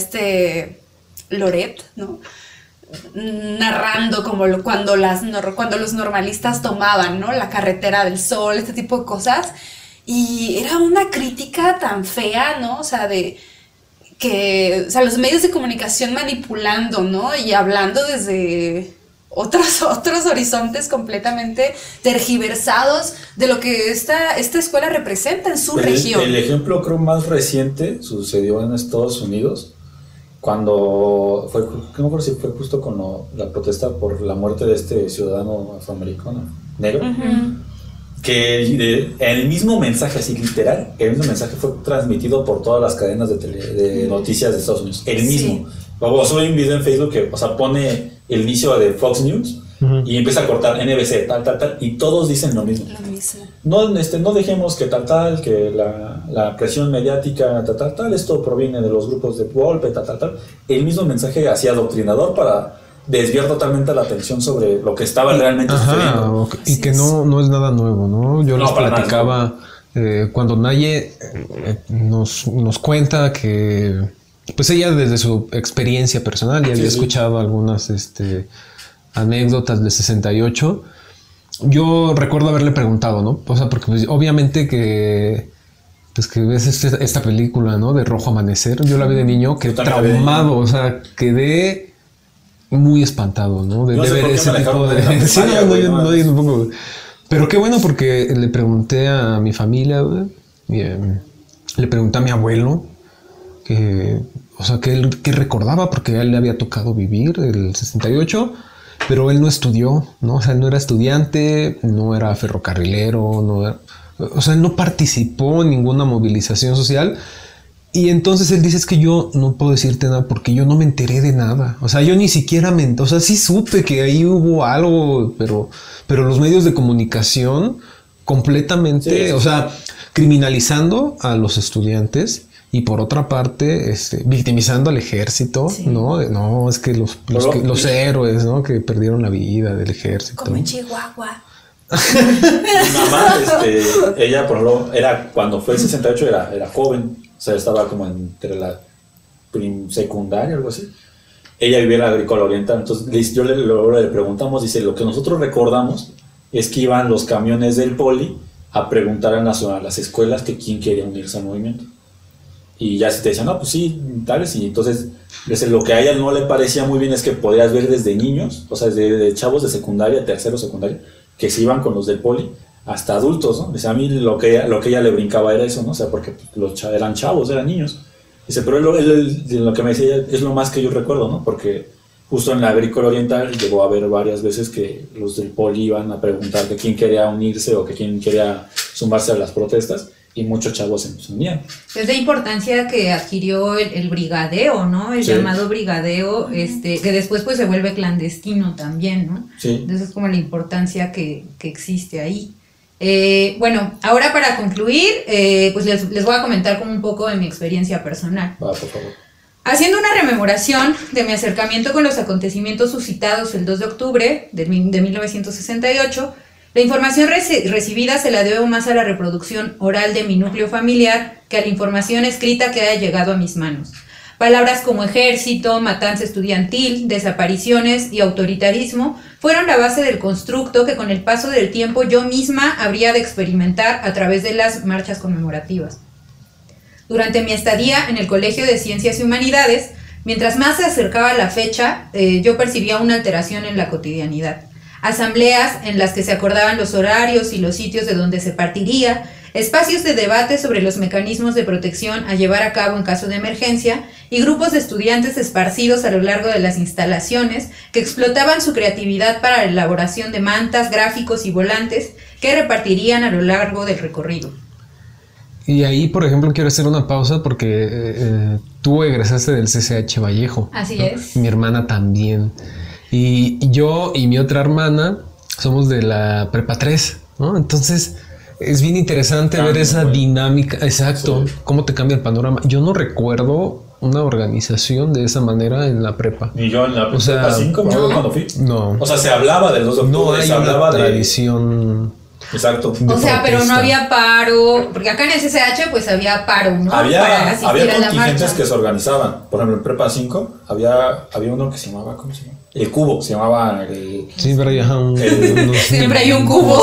Loret, ¿no? Narrando como cuando los normalistas tomaban, ¿no? La carretera del sol, este tipo de cosas, y era una crítica tan fea, ¿no? O sea, los medios de comunicación manipulando, ¿no? Y hablando desde otros horizontes completamente tergiversados de lo que esta escuela representa en su región. El ejemplo creo más reciente sucedió en Estados Unidos, cuando fue, no me acuerdo si fue justo con la protesta por la muerte de este ciudadano afroamericano negro, que el mismo mensaje, así literal, el mismo mensaje fue transmitido por todas las cadenas de noticias de Estados Unidos, el mismo. Luego sube un video en Facebook que, o sea, pone el inicio de Fox News y empieza a cortar NBC, tal, y todos dicen lo mismo. No dejemos que tal, que la presión mediática, tal, esto proviene de los grupos de golpe, tal. El mismo mensaje así adoctrinador para desviar totalmente la atención sobre lo que estaba realmente sucediendo. Y que no es nada nuevo, ¿no? Yo les platicaba cuando Naye nos cuenta que pues ella desde su experiencia personal ya había escuchado algunas anécdotas de 68. Yo recuerdo haberle preguntado, ¿no? O sea, porque pues, obviamente que ves esta película, ¿no? De Rojo Amanecer. Yo la vi de niño, quedé traumado, o sea, quedé muy espantado, ¿no? De ver ese tipo de... Sí, no, poco. Pero qué bueno, porque le pregunté a mi familia, le pregunté a mi abuelo, que él recordaba, porque a él le había tocado vivir el 68, pero él no estudió, ¿no? O sea, él no era estudiante, no era ferrocarrilero, él no participó en ninguna movilización social. Y entonces él dice, es que yo no puedo decirte nada porque yo no me enteré de nada. O sea, yo ni siquiera sí supe que ahí hubo algo, pero los medios de comunicación completamente, criminalizando a los estudiantes. Y por otra parte, victimizando al ejército, ¿no? No, es que los héroes, ¿no? Que perdieron la vida del ejército. Como en Chihuahua. Mi mamá, ella, por ejemplo, cuando fue el 68, era joven. O sea, estaba como entre la secundaria, algo así. Ella vivía en la Agrícola Oriental. Entonces, yo le preguntamos, dice, lo que nosotros recordamos es que iban los camiones del poli a preguntar a las escuelas que quién quería unirse al movimiento. Y ya si te decían, no, pues sí, tales. Y entonces, lo que a ella no le parecía muy bien es que podías ver desde niños, o sea, desde chavos de secundaria, tercero, secundaria, que se iban con los del poli, hasta adultos, ¿no? Dice, a mí lo que ella le brincaba era eso, ¿no? O sea, porque eran chavos, eran niños. Dice, pero lo que me decía ella es lo más que yo recuerdo, ¿no? Porque justo en la Agrícola Oriental llegó a haber varias veces que los del Poli iban a preguntar que quién quería unirse o que quién quería sumarse a las protestas, y muchos chavos se unían. Es de importancia que adquirió el brigadeo, ¿no? El Sí. llamado brigadeo, que después pues se vuelve clandestino también, ¿no? Sí. Entonces es como la importancia que existe ahí. Bueno, ahora para concluir, pues les voy a comentar como un poco de mi experiencia personal. Va, por favor. Haciendo una rememoración de mi acercamiento con los acontecimientos suscitados el 2 de octubre de 1968, la información recibida se la debo más a la reproducción oral de mi núcleo familiar que a la información escrita que haya llegado a mis manos. Palabras como ejército, matanza estudiantil, desapariciones y autoritarismo fueron la base del constructo que con el paso del tiempo yo misma habría de experimentar a través de las marchas conmemorativas. Durante mi estadía en el Colegio de Ciencias y Humanidades, mientras más se acercaba la fecha, yo percibía una alteración en la cotidianidad. Asambleas en las que se acordaban los horarios y los sitios de donde se partiría, espacios de debate sobre los mecanismos de protección a llevar a cabo en caso de emergencia y grupos de estudiantes esparcidos a lo largo de las instalaciones que explotaban su creatividad para la elaboración de mantas, gráficos y volantes que repartirían a lo largo del recorrido. Y ahí, por ejemplo, quiero hacer una pausa porque tú egresaste del CCH Vallejo. Así ¿no? es. Mi hermana también. Y yo y mi otra hermana somos de la Prepa 3, ¿no? Entonces es bien interesante ver esa dinámica. Exacto. Sí. Cómo te cambia el panorama. Yo no recuerdo una organización de esa manera en la prepa. Ni yo en la Prepa 5, no, cuando fui. No. O sea, se hablaba del 2 de octubre. No hay se hablaba una tradición. Exacto. O sea, pero no había paro, porque acá en el CCH pues había paro, ¿no? Había contingentes que se organizaban. Por ejemplo, en Prepa 5 había uno que se llamaba, ¿cómo se llama? El Cubo, se llamaba el... Siempre hay un cubo.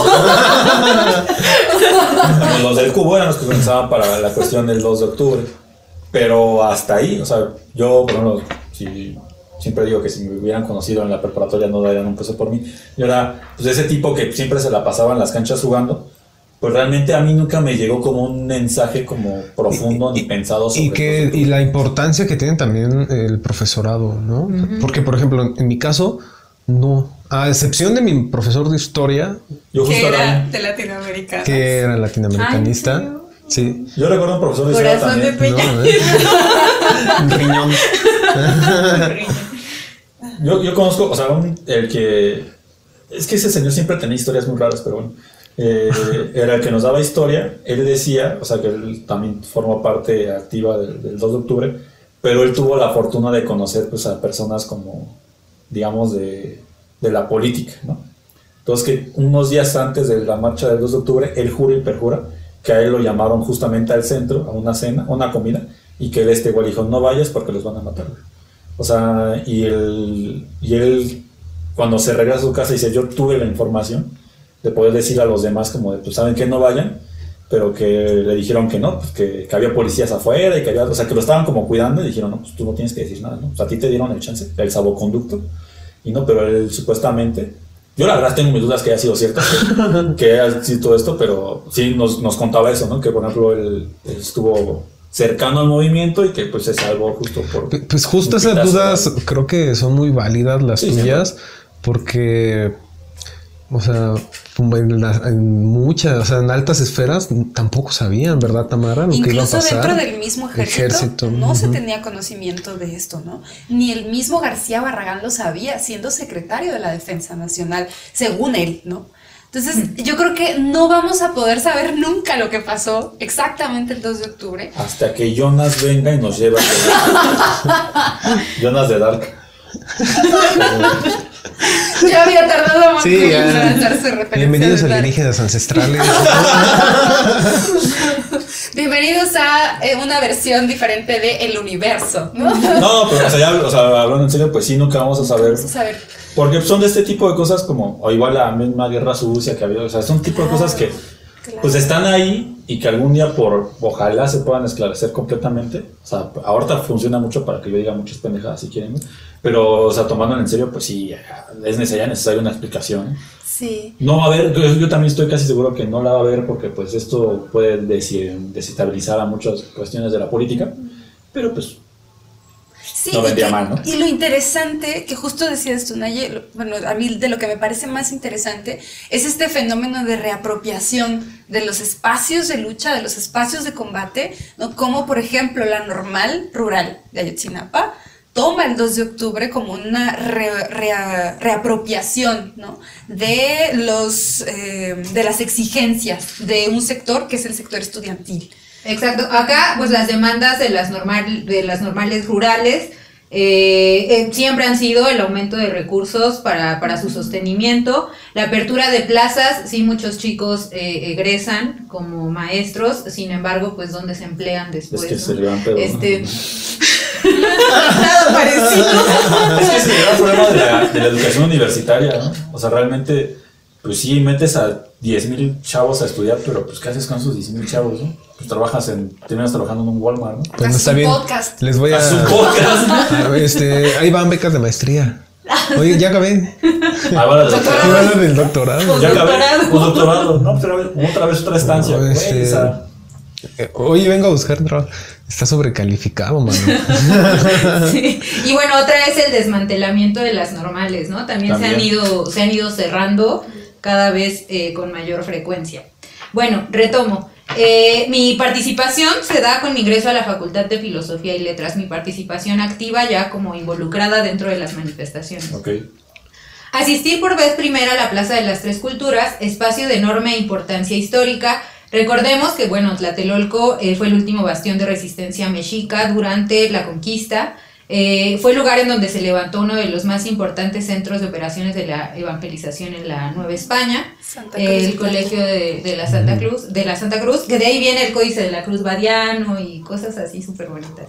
Los del Cubo eran los que se organizaban para la cuestión del 2 de octubre. Pero hasta ahí, o sea, yo, por ejemplo, siempre digo que si me hubieran conocido en la preparatoria no darían un peso por mí. Yo era pues ese tipo que siempre se la pasaba en las canchas jugando. Pues realmente a mí nunca me llegó como un mensaje como profundo ni pensado sobre y la importancia que tiene también el profesorado, ¿no? Uh-huh. Porque, por ejemplo, en mi caso, no. A excepción de mi profesor de historia. Yo que era de latinoamericano. Que era latinoamericanista. Ay, sí. Yo recuerdo un profesor de historia también. De un riñón. Yo conozco, o sea, el que... Es que ese señor siempre tenía historias muy raras, pero bueno. Era el que nos daba historia. Él decía, o sea, que él también formó parte activa del 2 de octubre, pero él tuvo la fortuna de conocer pues, a personas como, digamos, de la política, ¿no? Entonces, que unos días antes de la marcha del 2 de octubre, él jura y perjura que a él lo llamaron justamente al centro, a una cena, a una comida, y que él igual dijo, no vayas porque los van a matar. O sea, y él cuando se regresa a su casa dice, yo tuve la información de poder decir a los demás como de, pues saben que no vayan, pero que le dijeron que no, pues que había policías afuera y que había, o sea, que lo estaban como cuidando y dijeron, no, pues tú no tienes que decir nada, ¿no? O sea, a ti te dieron el chance, el salvoconducto, y no, pero él supuestamente, yo la verdad tengo mis dudas que haya sido cierto, que haya sido todo esto, pero sí nos contaba eso, ¿no? Que por ejemplo él estuvo cercano al movimiento y que pues se salvó justo por... Pues justo esas dudas creo que son muy válidas las tuyas, porque, o sea, en muchas, o sea, en altas esferas tampoco sabían, ¿verdad, Tamara? Lo incluso que iba a pasar. Dentro del mismo ejército no se tenía conocimiento de esto, ¿no? Ni el mismo García Barragán lo sabía, siendo secretario de la Defensa Nacional, según él, ¿no? Entonces, yo creo que no vamos a poder saber nunca lo que pasó exactamente el 2 de octubre. Hasta que Jonas venga y nos lleve a Jonas de Dark. Ya había tardado más en darse referencia. Bienvenidos a alienígenas ancestrales. Bienvenidos a una versión diferente de El Universo, ¿no? No, pero o sea, hablando en serio, pues sí, nunca vamos a saber. Vamos a saber. Porque son de este tipo de cosas como, o igual la misma guerra sucia que había, o sea, son tipo de cosas que pues están ahí y que algún día ojalá se puedan esclarecer completamente. O sea, ahorita funciona mucho para que yo diga muchas pendejadas si quieren, ¿no? Pero, o sea, tomándolo en serio, pues sí, es necesaria una explicación. Sí. No va a haber, yo también estoy casi seguro que no la va a haber porque pues esto puede desestabilizar a muchas cuestiones de la política, pero pues... Sí, no vendía mal, ¿no? Y lo interesante, que justo decías tú, Naye, bueno, a mí de lo que me parece más interesante es este fenómeno de reapropiación de los espacios de lucha, de los espacios de combate, ¿no? Como por ejemplo la Normal Rural de Ayotzinapa toma el 2 de octubre como una reapropiación, ¿no? De las exigencias de un sector que es el sector estudiantil. Exacto. Acá, pues las demandas de las normales rurales siempre han sido el aumento de recursos para su sostenimiento, la apertura de plazas. Sí, muchos chicos egresan como maestros, sin embargo, pues ¿dónde se emplean después? Es que ¿no? se le van pedo, Nada parecido. Es que se le da el problema de la educación universitaria, ¿no? O sea, realmente, pues sí, metes a 10,000 chavos a estudiar, pero pues ¿qué haces con esos 10,000 chavos, no? Pues terminas trabajando en un Walmart, ¿no? Pues no está bien. Podcast. Les voy a... Haz un podcast. Ahí van becas de maestría. Oye, ya acabé. Ahora Ahí van del doctorado. ya acabé. Doctorado. No, otra vez otra estancia. No, oye, vengo a buscar trabajo. Está sobrecalificado, mano. Sí. Y bueno, otra es el desmantelamiento de las normales, ¿no? También. Se han ido cerrando cada vez con mayor frecuencia. Bueno, retomo. Mi participación se da con mi ingreso a la Facultad de Filosofía y Letras, mi participación activa ya como involucrada dentro de las manifestaciones. Okay. Asistir por vez primera a la Plaza de las Tres Culturas, espacio de enorme importancia histórica. Recordemos que, bueno, Tlatelolco fue el último bastión de resistencia mexica durante la conquista. Fue el lugar en donde se levantó uno de los más importantes centros de operaciones de la evangelización en la Nueva España, el colegio de la Santa Cruz, que de ahí viene el Códice de la Cruz Badiano y cosas así súper bonitas.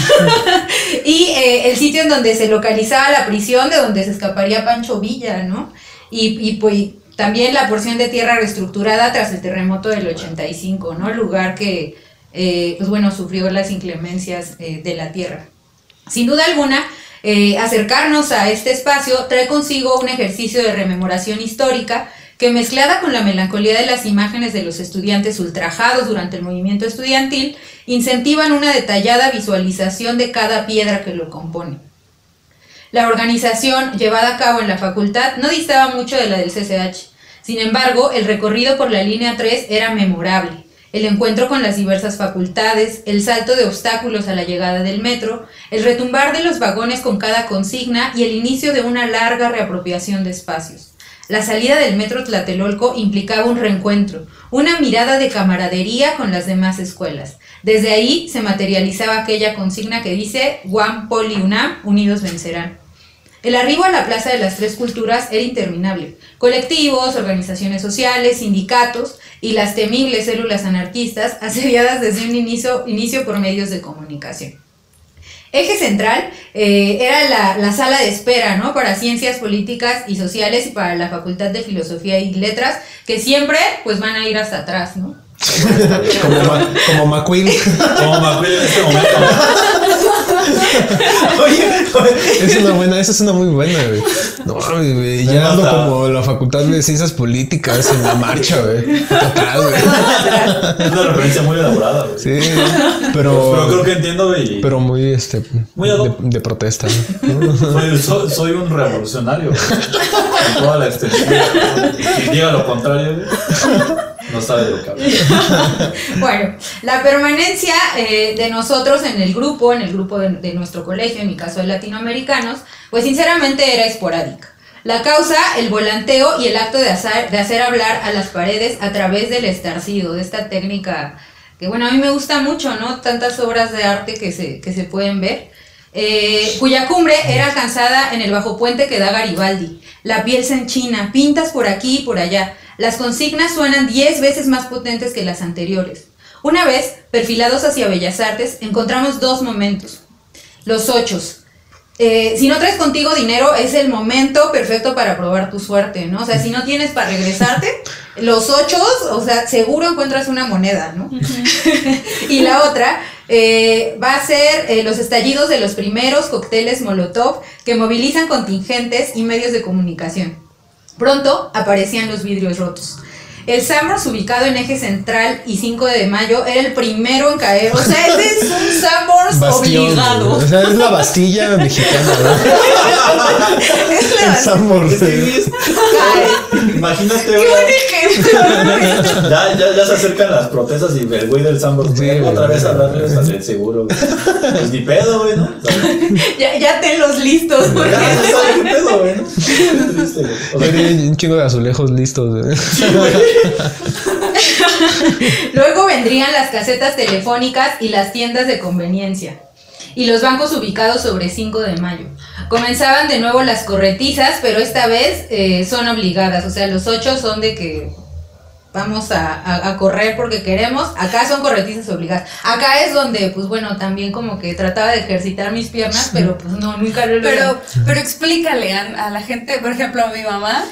Y el sitio en donde se localizaba la prisión de donde se escaparía Pancho Villa, ¿no? Y pues también la porción de tierra reestructurada tras el terremoto del 85, ¿no? El lugar que, pues bueno, sufrió las inclemencias de la tierra. Sin duda alguna, acercarnos a este espacio trae consigo un ejercicio de rememoración histórica que, mezclada con la melancolía de las imágenes de los estudiantes ultrajados durante el movimiento estudiantil, incentivan una detallada visualización de cada piedra que lo compone. La organización llevada a cabo en la facultad no distaba mucho de la del CCH. Sin embargo, el recorrido por la línea 3 era memorable. El encuentro con las diversas facultades, el salto de obstáculos a la llegada del metro, el retumbar de los vagones con cada consigna y el inicio de una larga reapropiación de espacios. La salida del metro Tlatelolco implicaba un reencuentro, una mirada de camaradería con las demás escuelas. Desde ahí se materializaba aquella consigna que dice UAM, Poli, UNAM, unidos vencerán. El arribo a la Plaza de las Tres Culturas era interminable. Colectivos, organizaciones sociales, sindicatos y las temibles células anarquistas asediadas desde un inicio por medios de comunicación. Eje central era la sala de espera, ¿no? Para ciencias políticas y sociales y para la Facultad de Filosofía y Letras, que siempre pues van a ir hasta atrás, ¿no? Como McQueen. Como McQueen en este momento. Oye, esa es una muy buena, güey. No, güey, ya ando como la Facultad de Ciencias Políticas en la marcha, güey. Atrás, güey. Es una referencia muy elaborada, güey. Sí, pero creo que entiendo, güey. Pero muy, muy de protesta, ¿no? Soy un revolucionario, güey. En toda la extensión. Si diga lo contrario, güey, no sabe de lo que habla. Bueno, la permanencia de nosotros en el grupo de nuestro colegio, en mi caso de latinoamericanos, pues sinceramente era esporádica. La causa, el volanteo y el acto de hacer hablar a las paredes a través del estarcido, de esta técnica que, bueno, a mí me gusta mucho, ¿no? Tantas obras de arte que se pueden ver. Cuya cumbre era alcanzada en el bajo puente que da Garibaldi. La piel se enchina, pintas por aquí y por allá. Las consignas suenan 10 veces más potentes que las anteriores. Una vez, perfilados hacia Bellas Artes, encontramos dos momentos. Los 8. Si no traes contigo dinero, es el momento perfecto para probar tu suerte, ¿no? O sea, si no tienes para regresarte, los 8, o sea, seguro encuentras una moneda, ¿no? Y la otra va a ser los estallidos de los primeros cócteles Molotov que movilizan contingentes y medios de comunicación. Pronto aparecían los vidrios rotos. El Sanborns, ubicado en Eje Central y 5 de Mayo, era el primero en caer. O sea, ese es un Sanborns Bastión, obligado. güey. O sea, es la Bastilla mexicana, ¿no? Es El la Sanborns. Imagínate, Qué güey. buen ejemplo. Ya se acercan las protestas y el güey del Sanborns Sí, otra güey. vez a hablarles al seguro, güey. Pues ni pedo, güey, ¿no? O sea, Ya tenlos listos. Porque ya no sabe qué pedo, güey, ¿no? Qué triste, güey. O sea, Tiene un chingo de azulejos listos, güey. sí, güey. Luego vendrían las casetas telefónicas y las tiendas de conveniencia. Y los bancos ubicados sobre 5 de Mayo. Comenzaban de nuevo las corretizas, pero esta vez son obligadas. O sea, los 8 son de que vamos a correr porque queremos. Acá son corretizas obligadas. Acá es donde, pues bueno, también como que trataba de ejercitar mis piernas, pero pues no, nunca lo logré. Pero explícale a la gente, por ejemplo, mi mamá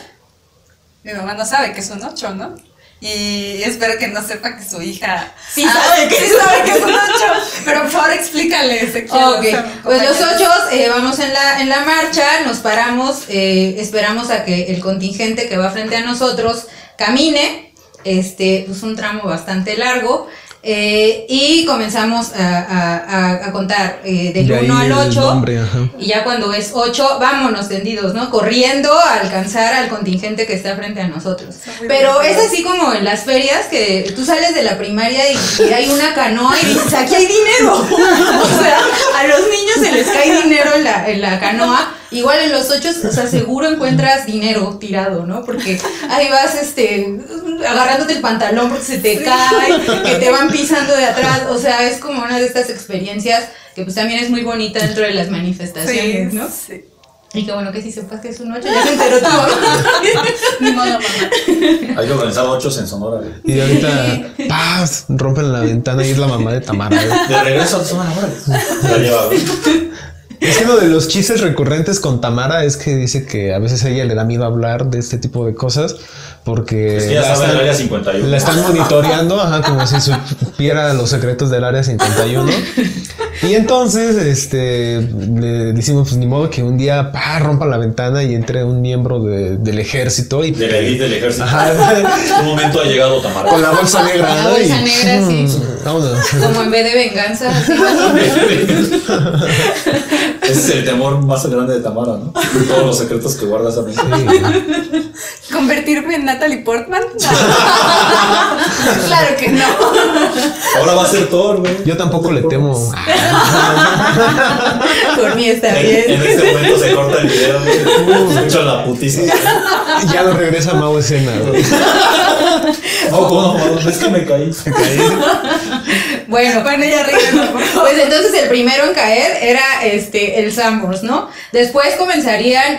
no sabe que es un 8, ¿no? Y espero que no sepa que su hija Sí sabe que es un 8. Pero por favor explícale, Ezequiel. Ok, pues los 8 vamos en la marcha, nos paramos, esperamos a que el contingente que va frente a nosotros camine, pues un tramo bastante largo, y comenzamos a contar del Y ahí 1 al el 8, nombre, ajá. y ya cuando es 8, vámonos tendidos, ¿no? Corriendo a alcanzar al contingente que está frente a nosotros. Pero es así como en las ferias que tú sales de la primaria y hay una canoa y dices, aquí hay dinero. O sea, a los niños se les cae dinero en la canoa. Igual en los 8, o sea, seguro encuentras dinero tirado, ¿no? Porque ahí vas, agarrándote el pantalón porque se te cae, que te van pisando de atrás. O sea, es como una de estas experiencias que pues también es muy bonita dentro de las manifestaciones, ¿no? Sí. Y qué bueno que sí sepas que es un 8, ya se enteró tu mamá. Ni modo, mamá. Hay que organizar 8 en Sonora, güey. Y ahorita, ¡paz! Rompen la ventana y es la mamá de Tamara, güey. De regreso a Sonora, güey. La lleva, güey. Es que uno de los chistes recurrentes con Tamara es que dice que a veces a ella le da miedo hablar de este tipo de cosas porque Es que ya sabe el área 51. la están monitoreando, ajá, como si supiera los secretos del área 51. Y entonces, le decimos, pues ni modo que un día rompa la ventana y entre un miembro del ejército y De la elite del ejército. Ajá. En un momento ha llegado Tamara. Con la bolsa negra. La ¿no? bolsa Y- negra, sí. Vámonos. Como en vez de venganza. Así, Ese es el temor más grande de Tamara, ¿no? Todos los secretos que guardas a mí. ¿Convertirme en Natalie Portman? Claro que no. Ahora va a ser Thor, güey. Yo tampoco le temo. por mí está En bien. este momento se corta el video, güey. Se echa la putiza. Ya no regresa Mau Escena. güey. No, es que me caí. Bueno, Ya regresó, por favor. pues entonces el primero en caer era el Sanborns, ¿no? Después comenzarían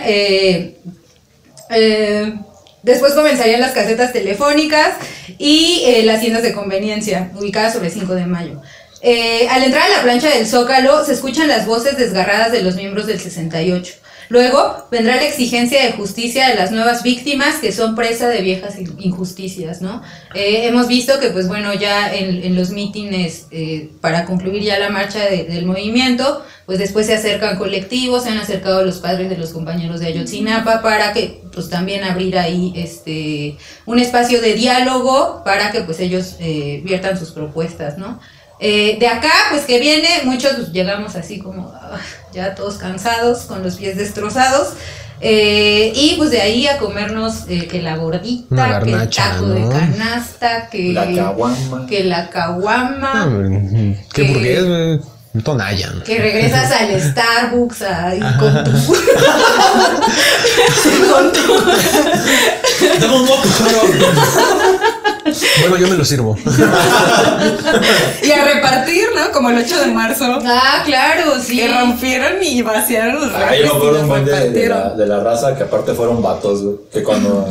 las casetas telefónicas y las tiendas de conveniencia, ubicadas sobre 5 de Mayo. Al entrar a la plancha del Zócalo se escuchan las voces desgarradas de los miembros del 68. Luego vendrá la exigencia de justicia de las nuevas víctimas que son presa de viejas injusticias, ¿no? Hemos visto que, pues bueno, ya en los mítines, para concluir ya la marcha del movimiento, pues después se acercan colectivos, se han acercado los padres de los compañeros de Ayotzinapa para que, pues también abrir ahí un espacio de diálogo para que, pues ellos viertan sus propuestas, ¿no? De acá, pues que viene, muchos pues, llegamos así como ya todos cansados, con los pies destrozados, y pues de ahí a comernos que la gordita, Una que el garnacha, taco ¿no? de canasta, que La caguama. que la caguama, ¿Qué Que- burgués, güey? Un Tonayan. que regresas al Starbucks ahí con tu... con tu... Tengo un moco, Bueno, yo me lo sirvo. Y a repartir, ¿no? Como el 8 de marzo. Ah, claro, sí. Que rompieron y vaciaron los Ay, yo me refres y acuerdo los un buen de repartieron. la raza que aparte fueron vatos, güey. Que cuando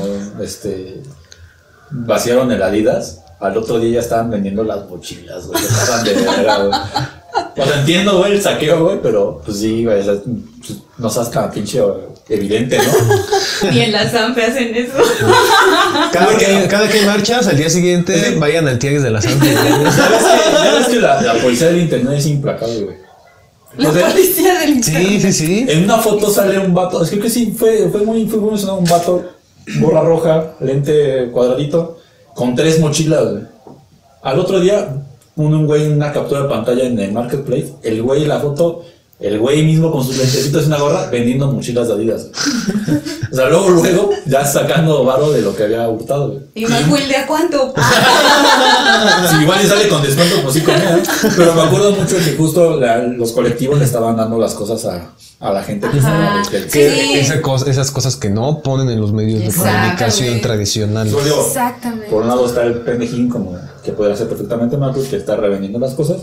vaciaron el Adidas, al otro día ya estaban vendiendo las mochilas, güey. Se pasan de verga, güey. O sea, entiendo, güey, el saqueo, güey, pero pues sí, güey, o sea, pues, no seas tan pinche evidente, ¿no? Y en la Sanfe hacen eso. Cada que marchas, al día siguiente vayan al tianguis de la Santa. Ya ves que la policía del internet es implacable, güey. La O sea, policía del internet. Sí, sí, sí. en una foto sale un vato, es que sí, fue muy sonado, un vato, gorra roja, lente cuadradito, con 3 mochilas, güey. Al otro día, un güey en una captura de pantalla en el Marketplace, el güey la foto, el güey mismo con sus lentecitos y una gorra vendiendo mochilas de Adidas. O sea, luego, ya sacando varo de lo que había hurtado, güey. ¿Y Macuil de a cuánto? Si igual le sale con descuento, pues sí comía, ¿eh? Pero me acuerdo mucho que justo los colectivos le estaban dando las cosas a la gente que estaba. Sí. Esas cosas que no ponen en los medios de comunicación tradicionales. Exactamente. Por un lado está el pendejín como que puede hacer perfectamente Marcos, que está revendiendo las cosas.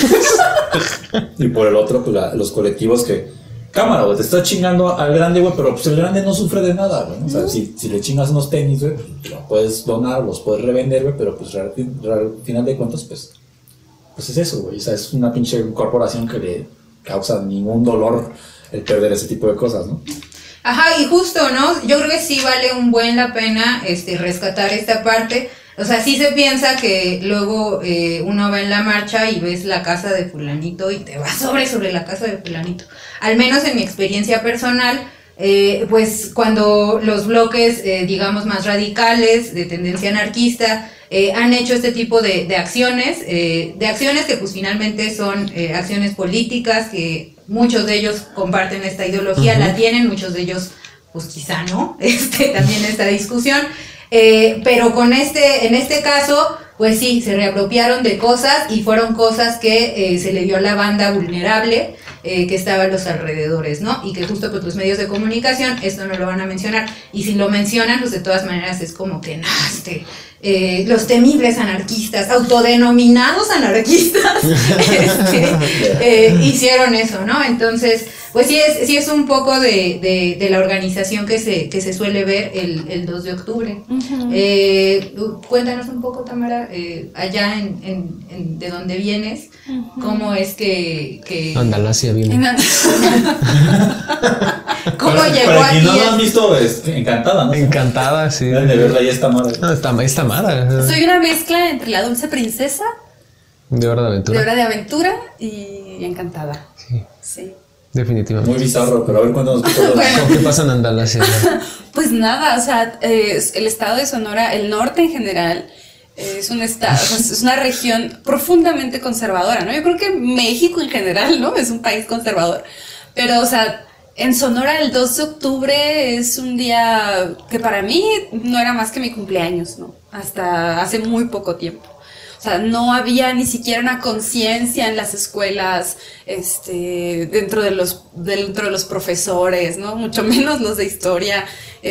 Y por el otro, pues los colectivos que, cámara, güey, te estás chingando al grande, güey, pero pues el grande no sufre de nada, güey. O sea, si le chingas unos tenis, güey, pues los puedes donar, los puedes revender, güey, pero pues al final de cuentas, pues es eso, güey. O sea, es una pinche corporación que le causa ningún dolor el perder ese tipo de cosas, ¿no? Ajá, y justo, ¿no? Yo creo que sí vale un buen la pena rescatar esta parte. O sea, sí se piensa que luego uno va en la marcha y ves la casa de fulanito y te vas sobre la casa de fulanito. Al menos en mi experiencia personal, pues cuando los bloques, digamos, más radicales, de tendencia anarquista, han hecho este tipo de acciones que pues finalmente son acciones políticas, que muchos de ellos comparten esta ideología, la tienen, muchos de ellos pues quizá no, también esta discusión. Pero en este caso, pues sí, se reapropiaron de cosas y fueron cosas que se le dio a la banda vulnerable que estaba a los alrededores, ¿no? Y que justo pues los medios de comunicación esto no lo van a mencionar. Y si lo mencionan, pues de todas maneras es como que los temibles anarquistas, autodenominados anarquistas, hicieron eso, ¿no? Entonces, pues sí es un poco de la organización que se suele ver el 2 de octubre. Cuéntanos un poco, Tamara, allá de donde vienes, cómo es que Andalasia viene. ¿Cómo llegó para aquí? quien no lo han visto, Encantada, ¿no? Encantada, sí. Deben de verla, ya está Tamara. No, está Tamara. Soy una mezcla entre la dulce princesa, De Hora de Aventura. de Hora de Aventura y Encantada. Sí. Definitivamente. Muy bizarro, pero a ver cuándo nos ¿Qué pasa en Andalasia? Pues nada, o sea, el estado de Sonora, el norte en general, es un estado, o sea, es una región profundamente conservadora, ¿no? Yo creo que México en general, ¿no? Es un país conservador. Pero, o sea, en Sonora el 2 de octubre es un día que para mí no era más que mi cumpleaños, ¿no? Hasta hace muy poco tiempo. O sea, no había ni siquiera una conciencia en las escuelas, dentro de los profesores, ¿no? Mucho menos los de historia,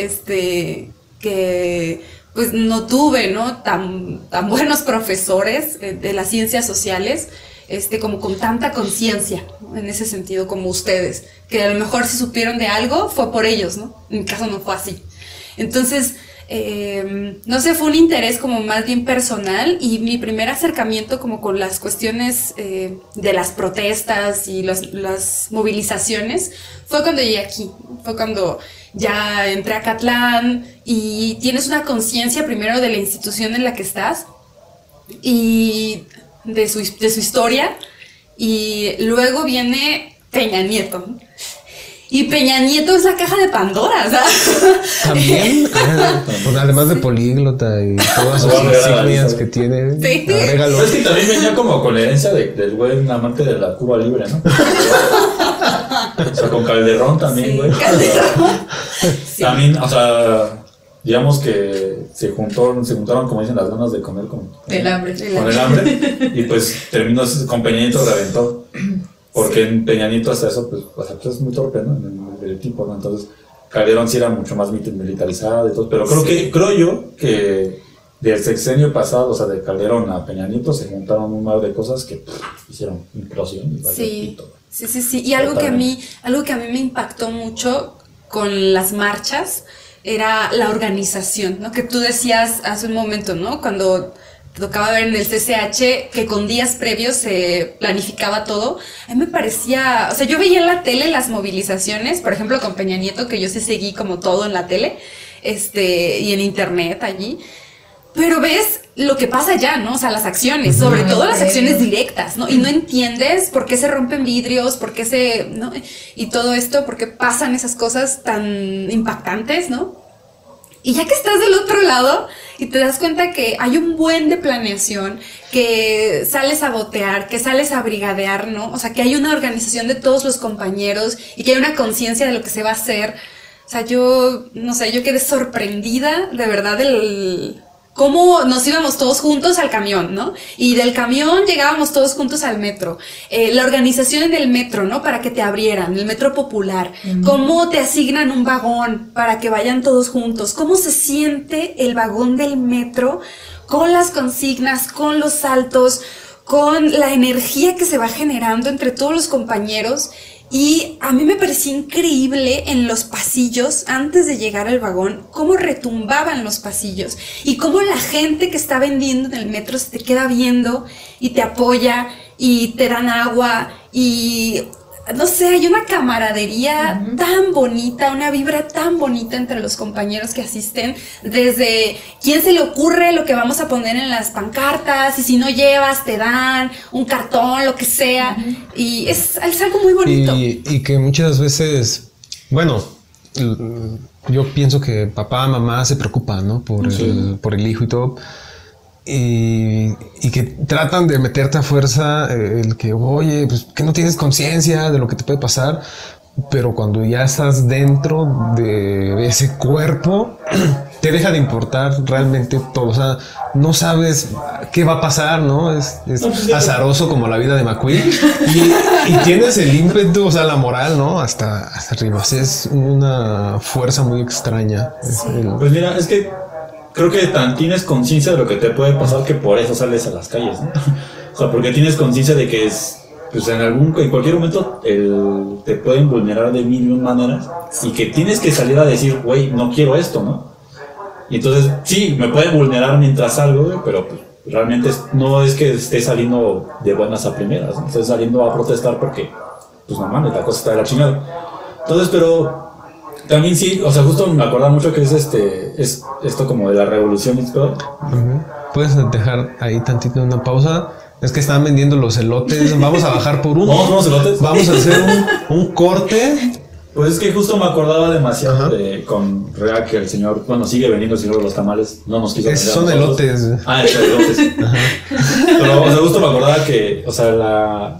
que pues no tuve, ¿no? Tan buenos profesores de las ciencias sociales, como con tanta conciencia, ¿no? En ese sentido, como ustedes, que a lo mejor si supieron de algo fue por ellos, ¿no? En mi caso no fue así. Entonces, no sé, fue un interés como más bien personal, y mi primer acercamiento como con las cuestiones de las protestas y las movilizaciones fue cuando llegué aquí, fue cuando ya entré a Acatlán y tienes una conciencia primero de la institución en la que estás y de su historia, y luego viene Peña Nieto. Y Peña Nieto es la caja de Pandora, ¿sabes? También, además de políglota y todas sus insignias que tiene, sí. Agrégalo. Pero es que también venía como con la herencia del güey, un amante de la Cuba Libre, ¿no? O sea, con Calderón también, güey. Sí, Calderón. Sí. También, o sea, digamos que se juntaron, como dicen, las ganas de comer con el hambre. Con el hambre. Y pues terminó con Peña Nieto, reventó. Porque en Peña Nieto hasta eso, pues, o sea, pues es muy torpe, ¿no? El tipo, ¿no? Entonces, Calderón sí era mucho más militarizado y todo. Pero creo yo que del sexenio pasado, o sea, de Calderón a Peña Nieto, se juntaron un mar de cosas que hicieron implosión. Sí. Y algo que a mí me impactó mucho con las marchas era la organización, ¿no? Que tú decías hace un momento, ¿no? Cuando tocaba ver en el CCH que con días previos se planificaba todo. A mí me parecía, o sea, yo veía en la tele las movilizaciones, por ejemplo con Peña Nieto, que yo sí seguí como todo en la tele, y en internet allí, pero ves lo que pasa allá, ¿no? O sea, las acciones, sobre todo las acciones directas, ¿no? Y no entiendes por qué se rompen vidrios, por qué ¿no? Y todo esto, por qué pasan esas cosas tan impactantes, ¿no? Y ya que estás del otro lado y te das cuenta que hay un buen de planeación, que sales a botear, que sales a brigadear, ¿no? O sea, que hay una organización de todos los compañeros y que hay una conciencia de lo que se va a hacer. O sea, yo, no sé, yo quedé sorprendida de verdad del cómo nos íbamos todos juntos al camión, ¿no? Y del camión llegábamos todos juntos al metro. La organización en el metro, ¿no? Para que te abrieran, el metro popular. Cómo te asignan un vagón para que vayan todos juntos. Cómo se siente el vagón del metro con las consignas, con los saltos, con la energía que se va generando entre todos los compañeros. Y a mí me parecía increíble en los pasillos, antes de llegar al vagón, cómo retumbaban los pasillos y cómo la gente que está vendiendo en el metro se te queda viendo y te apoya y te dan agua y no sé, hay una camaradería tan bonita, una vibra tan bonita entre los compañeros que asisten, desde quién se le ocurre lo que vamos a poner en las pancartas, y si no llevas te dan un cartón, lo que sea, y es algo muy bonito. Y que muchas veces, bueno, yo pienso que papá, mamá se preocupan, ¿no? Por el hijo y todo. Y que tratan de meterte a fuerza el que, oye, pues que no tienes conciencia de lo que te puede pasar, pero cuando ya estás dentro de ese cuerpo, te deja de importar realmente todo. O sea, no sabes qué va a pasar, ¿no? Es azaroso como la vida de McQueen y tienes el ímpetu, o sea, la moral, ¿no? Hasta arriba. O sea, es una fuerza muy extraña. Sí. Pues mira, es que creo que tan tienes conciencia de lo que te puede pasar que por eso sales a las calles, ¿no? O sea, porque tienes conciencia de que pues en cualquier momento te pueden vulnerar de mil y un maneras y que tienes que salir a decir, güey, no quiero esto, ¿no? Y entonces, sí, me pueden vulnerar mientras salgo, güey, pero pues, realmente no es que esté saliendo de buenas a primeras, ¿no? Estoy saliendo a protestar porque, pues no mames, la cosa está de la chingada. Entonces, pero también sí, o sea, justo me acuerda mucho que es esto como de la revolución y todo. ¿Puedes dejar ahí tantito una pausa? Es que están vendiendo los elotes. Vamos a bajar por uno. ¿Vamos elotes? Vamos a hacer un corte. Pues es que justo me acordaba demasiado con Rea que el señor, bueno, sigue vendiendo el señor de los tamales, no nos quiso vender. Son elotes. Ah, es elotes. Pero, o sea, justo me acordaba que, o sea, la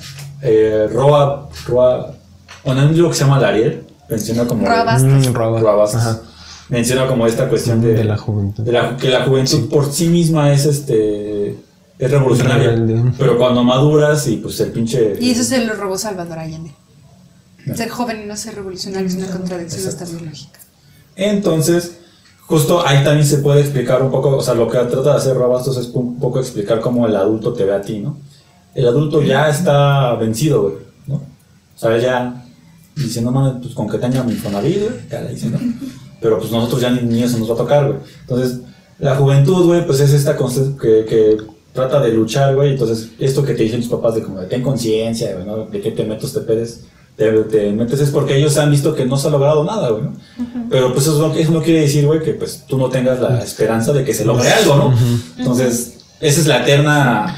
Roa, bueno, hay un libro que se llama La Ariel, menciona como Roa Bastos. Roa Bastos. Menciona como esta cuestión de la juventud. Que la juventud por sí misma es revolucionaria. Rebelde. Pero cuando maduras y pues el pinche. Y eso se lo robó Salvador Allende. Ser joven y no ser revolucionario es una contradicción hasta biológica. Entonces, justo ahí también se puede explicar un poco, o sea, lo que trata de hacer Roa Bastos es un poco explicar cómo el adulto te ve a ti, ¿no? El adulto ya está vencido, güey, ¿no? O sea, ya dice, no mames, pues con que tenga mi Infonavit, güey, ya le dice, ¿no? Pero pues nosotros ya ni eso nos va a tocar, güey. Entonces, la juventud, güey, pues es esta que trata de luchar, güey. Entonces, esto que te dicen tus papás de como de ten conciencia, güey, ¿no? De que te metes, te metes es porque ellos han visto que no se ha logrado nada, güey, ¿no? Pero pues eso no quiere decir, güey, que pues tú no tengas la esperanza de que se logre algo, ¿no? Entonces, esa es la eterna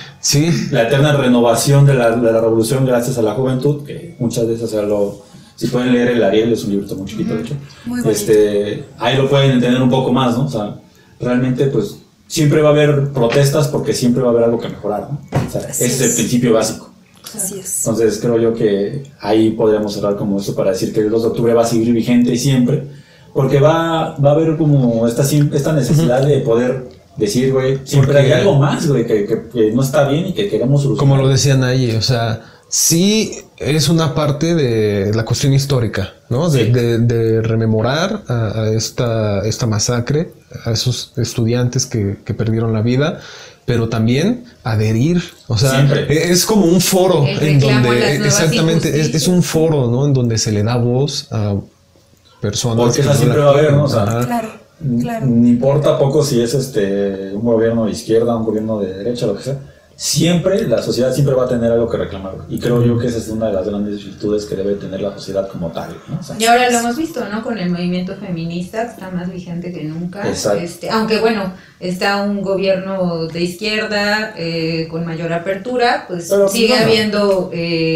renovación de la revolución gracias a la juventud, que muchas veces, o sea, si pueden leer El Ariel, es un libro muy chiquito, de hecho. Muy bonito. Ahí lo pueden entender un poco más, ¿no? O sea, realmente, pues, siempre va a haber protestas porque siempre va a haber algo que mejorar, ¿no? O sea, ese es el principio básico. Así es. Entonces, creo yo que ahí podríamos cerrar como eso para decir que el 2 de octubre va a seguir vigente siempre, porque va a haber como esta necesidad de poder decir, güey, siempre hay algo más, güey, que no está bien y que queremos solucionar. Como lo decían ahí, o sea, sí es una parte de la cuestión histórica, ¿no? Sí. De rememorar a esta masacre, a esos estudiantes que perdieron la vida, pero también adherir, o sea, siempre. Es como un foro en donde exactamente es un foro, ¿no? En donde se le da voz a personas. Porque esa siempre va a haber, ¿no? O sea, claro. No importa poco si es un gobierno de izquierda, un gobierno de derecha, lo que sea. Siempre, la sociedad siempre va a tener algo que reclamar. Y creo yo que esa es una de las grandes virtudes que debe tener la sociedad como tal, ¿no? O sea, y ahora lo hemos visto, ¿no? Con el movimiento feminista, que está más vigente que nunca. Aunque bueno, está un gobierno de izquierda con mayor apertura, pues pero, sigue habiendo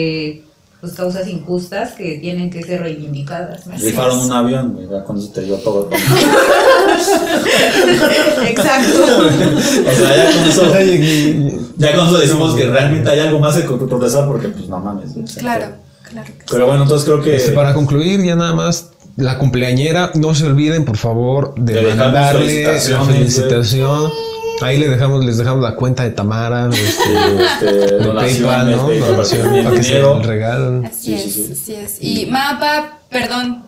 pues causas injustas que tienen que ser reivindicadas, ¿no? Rifaron un avión, con eso te dio todo. Exacto. O sea, ya con eso decimos que realmente hay algo más que protestar porque, pues, no mames. O sea, Claro, claro que sí. Pero bueno, entonces creo que... Para concluir, ya nada más, la cumpleañera, no se olviden, por favor, de Le dejamos mandarle la felicitaciones, Ahí les dejamos la cuenta de Tamara, de donaciones, PayPal, ¿no? de Donación, para que se dinero. regalen. Así es. Y Mapa, perdón.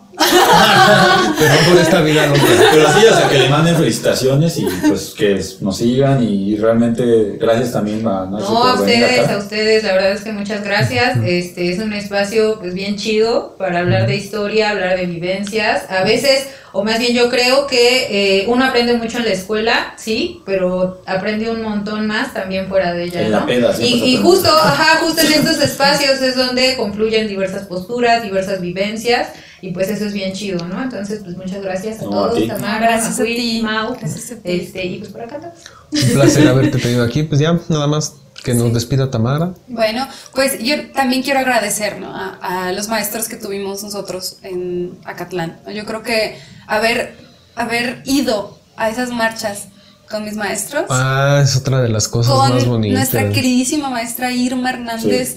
Perdón por esta vida loca. Pero sí, o sea, que le manden felicitaciones y pues que nos sigan y realmente gracias también a Nacho No, a por venir ustedes, acá. a ustedes, la verdad es que muchas gracias. Es un espacio pues bien chido para hablar de historia, hablar de vivencias. A veces, o más bien yo creo que uno aprende mucho en la escuela, sí, pero aprende un montón más también fuera de ella, En ¿no? la peda, siempre Y se justo en estos espacios es donde confluyen diversas posturas, diversas vivencias. Y pues eso es bien chido, ¿no? Entonces, pues muchas gracias a No, todos, a ti. Tamara, Gracias a Macuil, ti. Mau, Gracias a ti. y pues por acá estamos. Un placer haberte tenido aquí. Pues ya, nada más que nos despida Tamara. Bueno, pues yo también quiero agradecer, ¿no? a los maestros que tuvimos nosotros en Acatlán. Yo creo que haber ido a esas marchas con mis maestros, Es otra de las cosas más con bonitas. nuestra queridísima maestra Irma Hernández,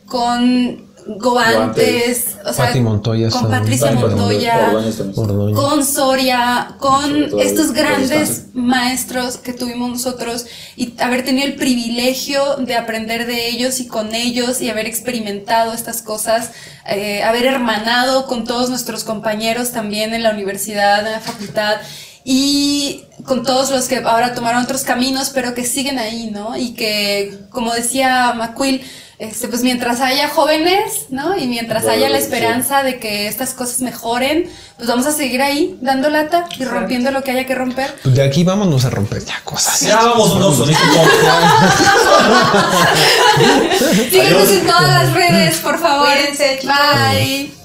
con Goantes, o sea, Pati Montoya, con Patricia Montoya, Ordóñez. con Soria, Sobre con todo estos el grandes descanso. maestros que tuvimos nosotros y haber tenido el privilegio de aprender de ellos y con ellos y haber experimentado estas cosas, haber hermanado con todos nuestros compañeros también en la universidad, en la facultad y con todos los que ahora tomaron otros caminos pero que siguen ahí, ¿no? Y que, como decía Macuil, pues mientras haya jóvenes, ¿no? Y mientras haya la esperanza de que estas cosas mejoren, pues vamos a seguir ahí dando lata y rompiendo lo que haya que romper. Pues de aquí vámonos a romper ya cosas. Ya vamos unos sonidos. Síguenos en todas las redes, por favor. Cuídense, chicos. Bye.